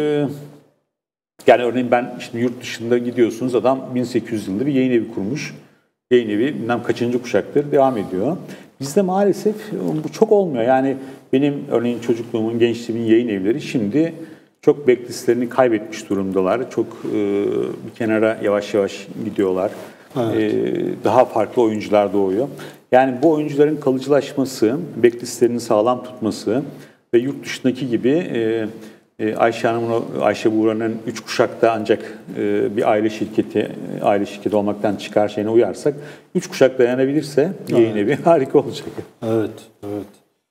yani örneğin ben şimdi yurt dışında gidiyorsunuz, adam bin sekiz yüz yılında bir yayın evi kurmuş. Yayın evi bilmem kaçıncı kuşaktır devam ediyor. Bizde maalesef bu çok olmuyor. Yani benim örneğin çocukluğumun, gençliğimin yayın evleri şimdi çok backlistlerini kaybetmiş durumdalar. Çok e, bir kenara yavaş yavaş gidiyorlar. Evet. E, daha farklı oyuncular doğuyor. Yani bu oyuncuların kalıcılaşması, backlistlerini sağlam tutması ve yurt dışındaki gibi e, e, Ayşe Hanım'ın, Ayşe Buğra'nın üç kuşakta ancak e, bir aile şirketi, aile şirketi olmaktan çıkar şeyine uyarsak, üç kuşak dayanabilirse yayın evi harika olacak. Evet, evet.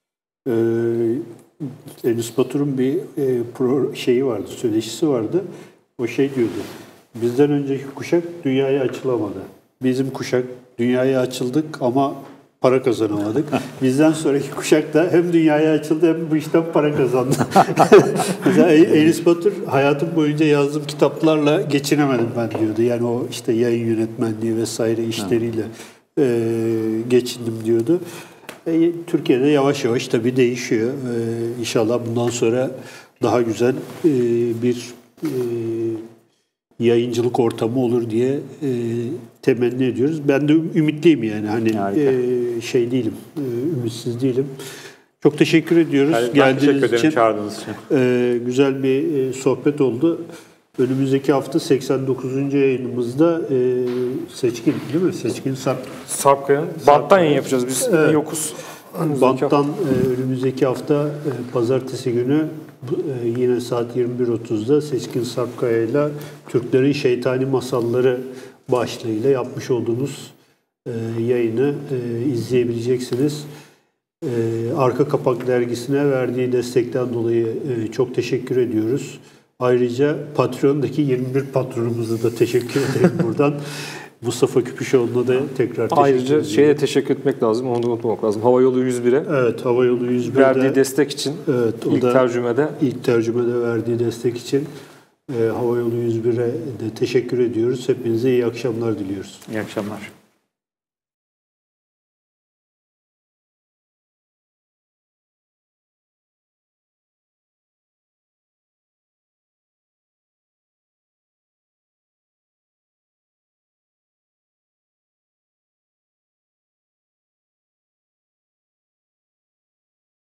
Ee, Enis Batur'un bir e, pro şeyi vardı, söyleşisi vardı. O şey diyordu, bizden önceki kuşak dünyaya açılamadı. Bizim kuşak dünyaya açıldık ama para kazanamadık. Bizden sonraki kuşak da hem dünyaya açıldı hem bu işten para kazandı. Mesela Enis Batur, hayatım boyunca yazdığım kitaplarla geçinemedim ben diyordu. Yani o işte yayın yönetmenliği vesaire işleriyle e, geçindim diyordu. E, Türkiye'de yavaş yavaş tabii değişiyor. E, İnşallah bundan sonra daha güzel e, bir e, yayıncılık ortamı olur diye e, temenni ediyoruz. Ben de ümitliyim yani. Hani e, şey değilim, e, ümitsiz değilim. Çok teşekkür ediyoruz Yani geldiğiniz teşekkür ederim, için. çağırdığınız için. E, güzel bir e, sohbet oldu. Önümüzdeki hafta seksen dokuzuncu yayınımızda e, Seçkin değil mi? Seçkin Sarp. Sarpkaya. Banttan yayın yapacağız biz. Evet. Yokuz. Banttan e, önümüzdeki hafta e, pazartesi günü e, yine saat yirmi bir otuzda Seçkin Sarpkaya ile Türklerin Şeytani Masalları başlığıyla yapmış olduğumuz e, yayını e, izleyebileceksiniz. E, Arka Kapak dergisine verdiği destekten dolayı e, çok teşekkür ediyoruz. Ayrıca Patreon'daki yirmi bir patronumuza da teşekkür ederim buradan. Mustafa Küpüşoğlu'na da tekrar teşekkür Ayrıca ediyorum. şeye teşekkür etmek lazım, onu da unutmamak lazım. Havayolu yüz bire Evet, Havayolu yüz bir'de verdiği destek için evet, o ilk da tercümede ilk tercümede verdiği destek için e, Havayolu yüz bir'e de teşekkür ediyoruz. Hepinize iyi akşamlar diliyoruz. İyi akşamlar.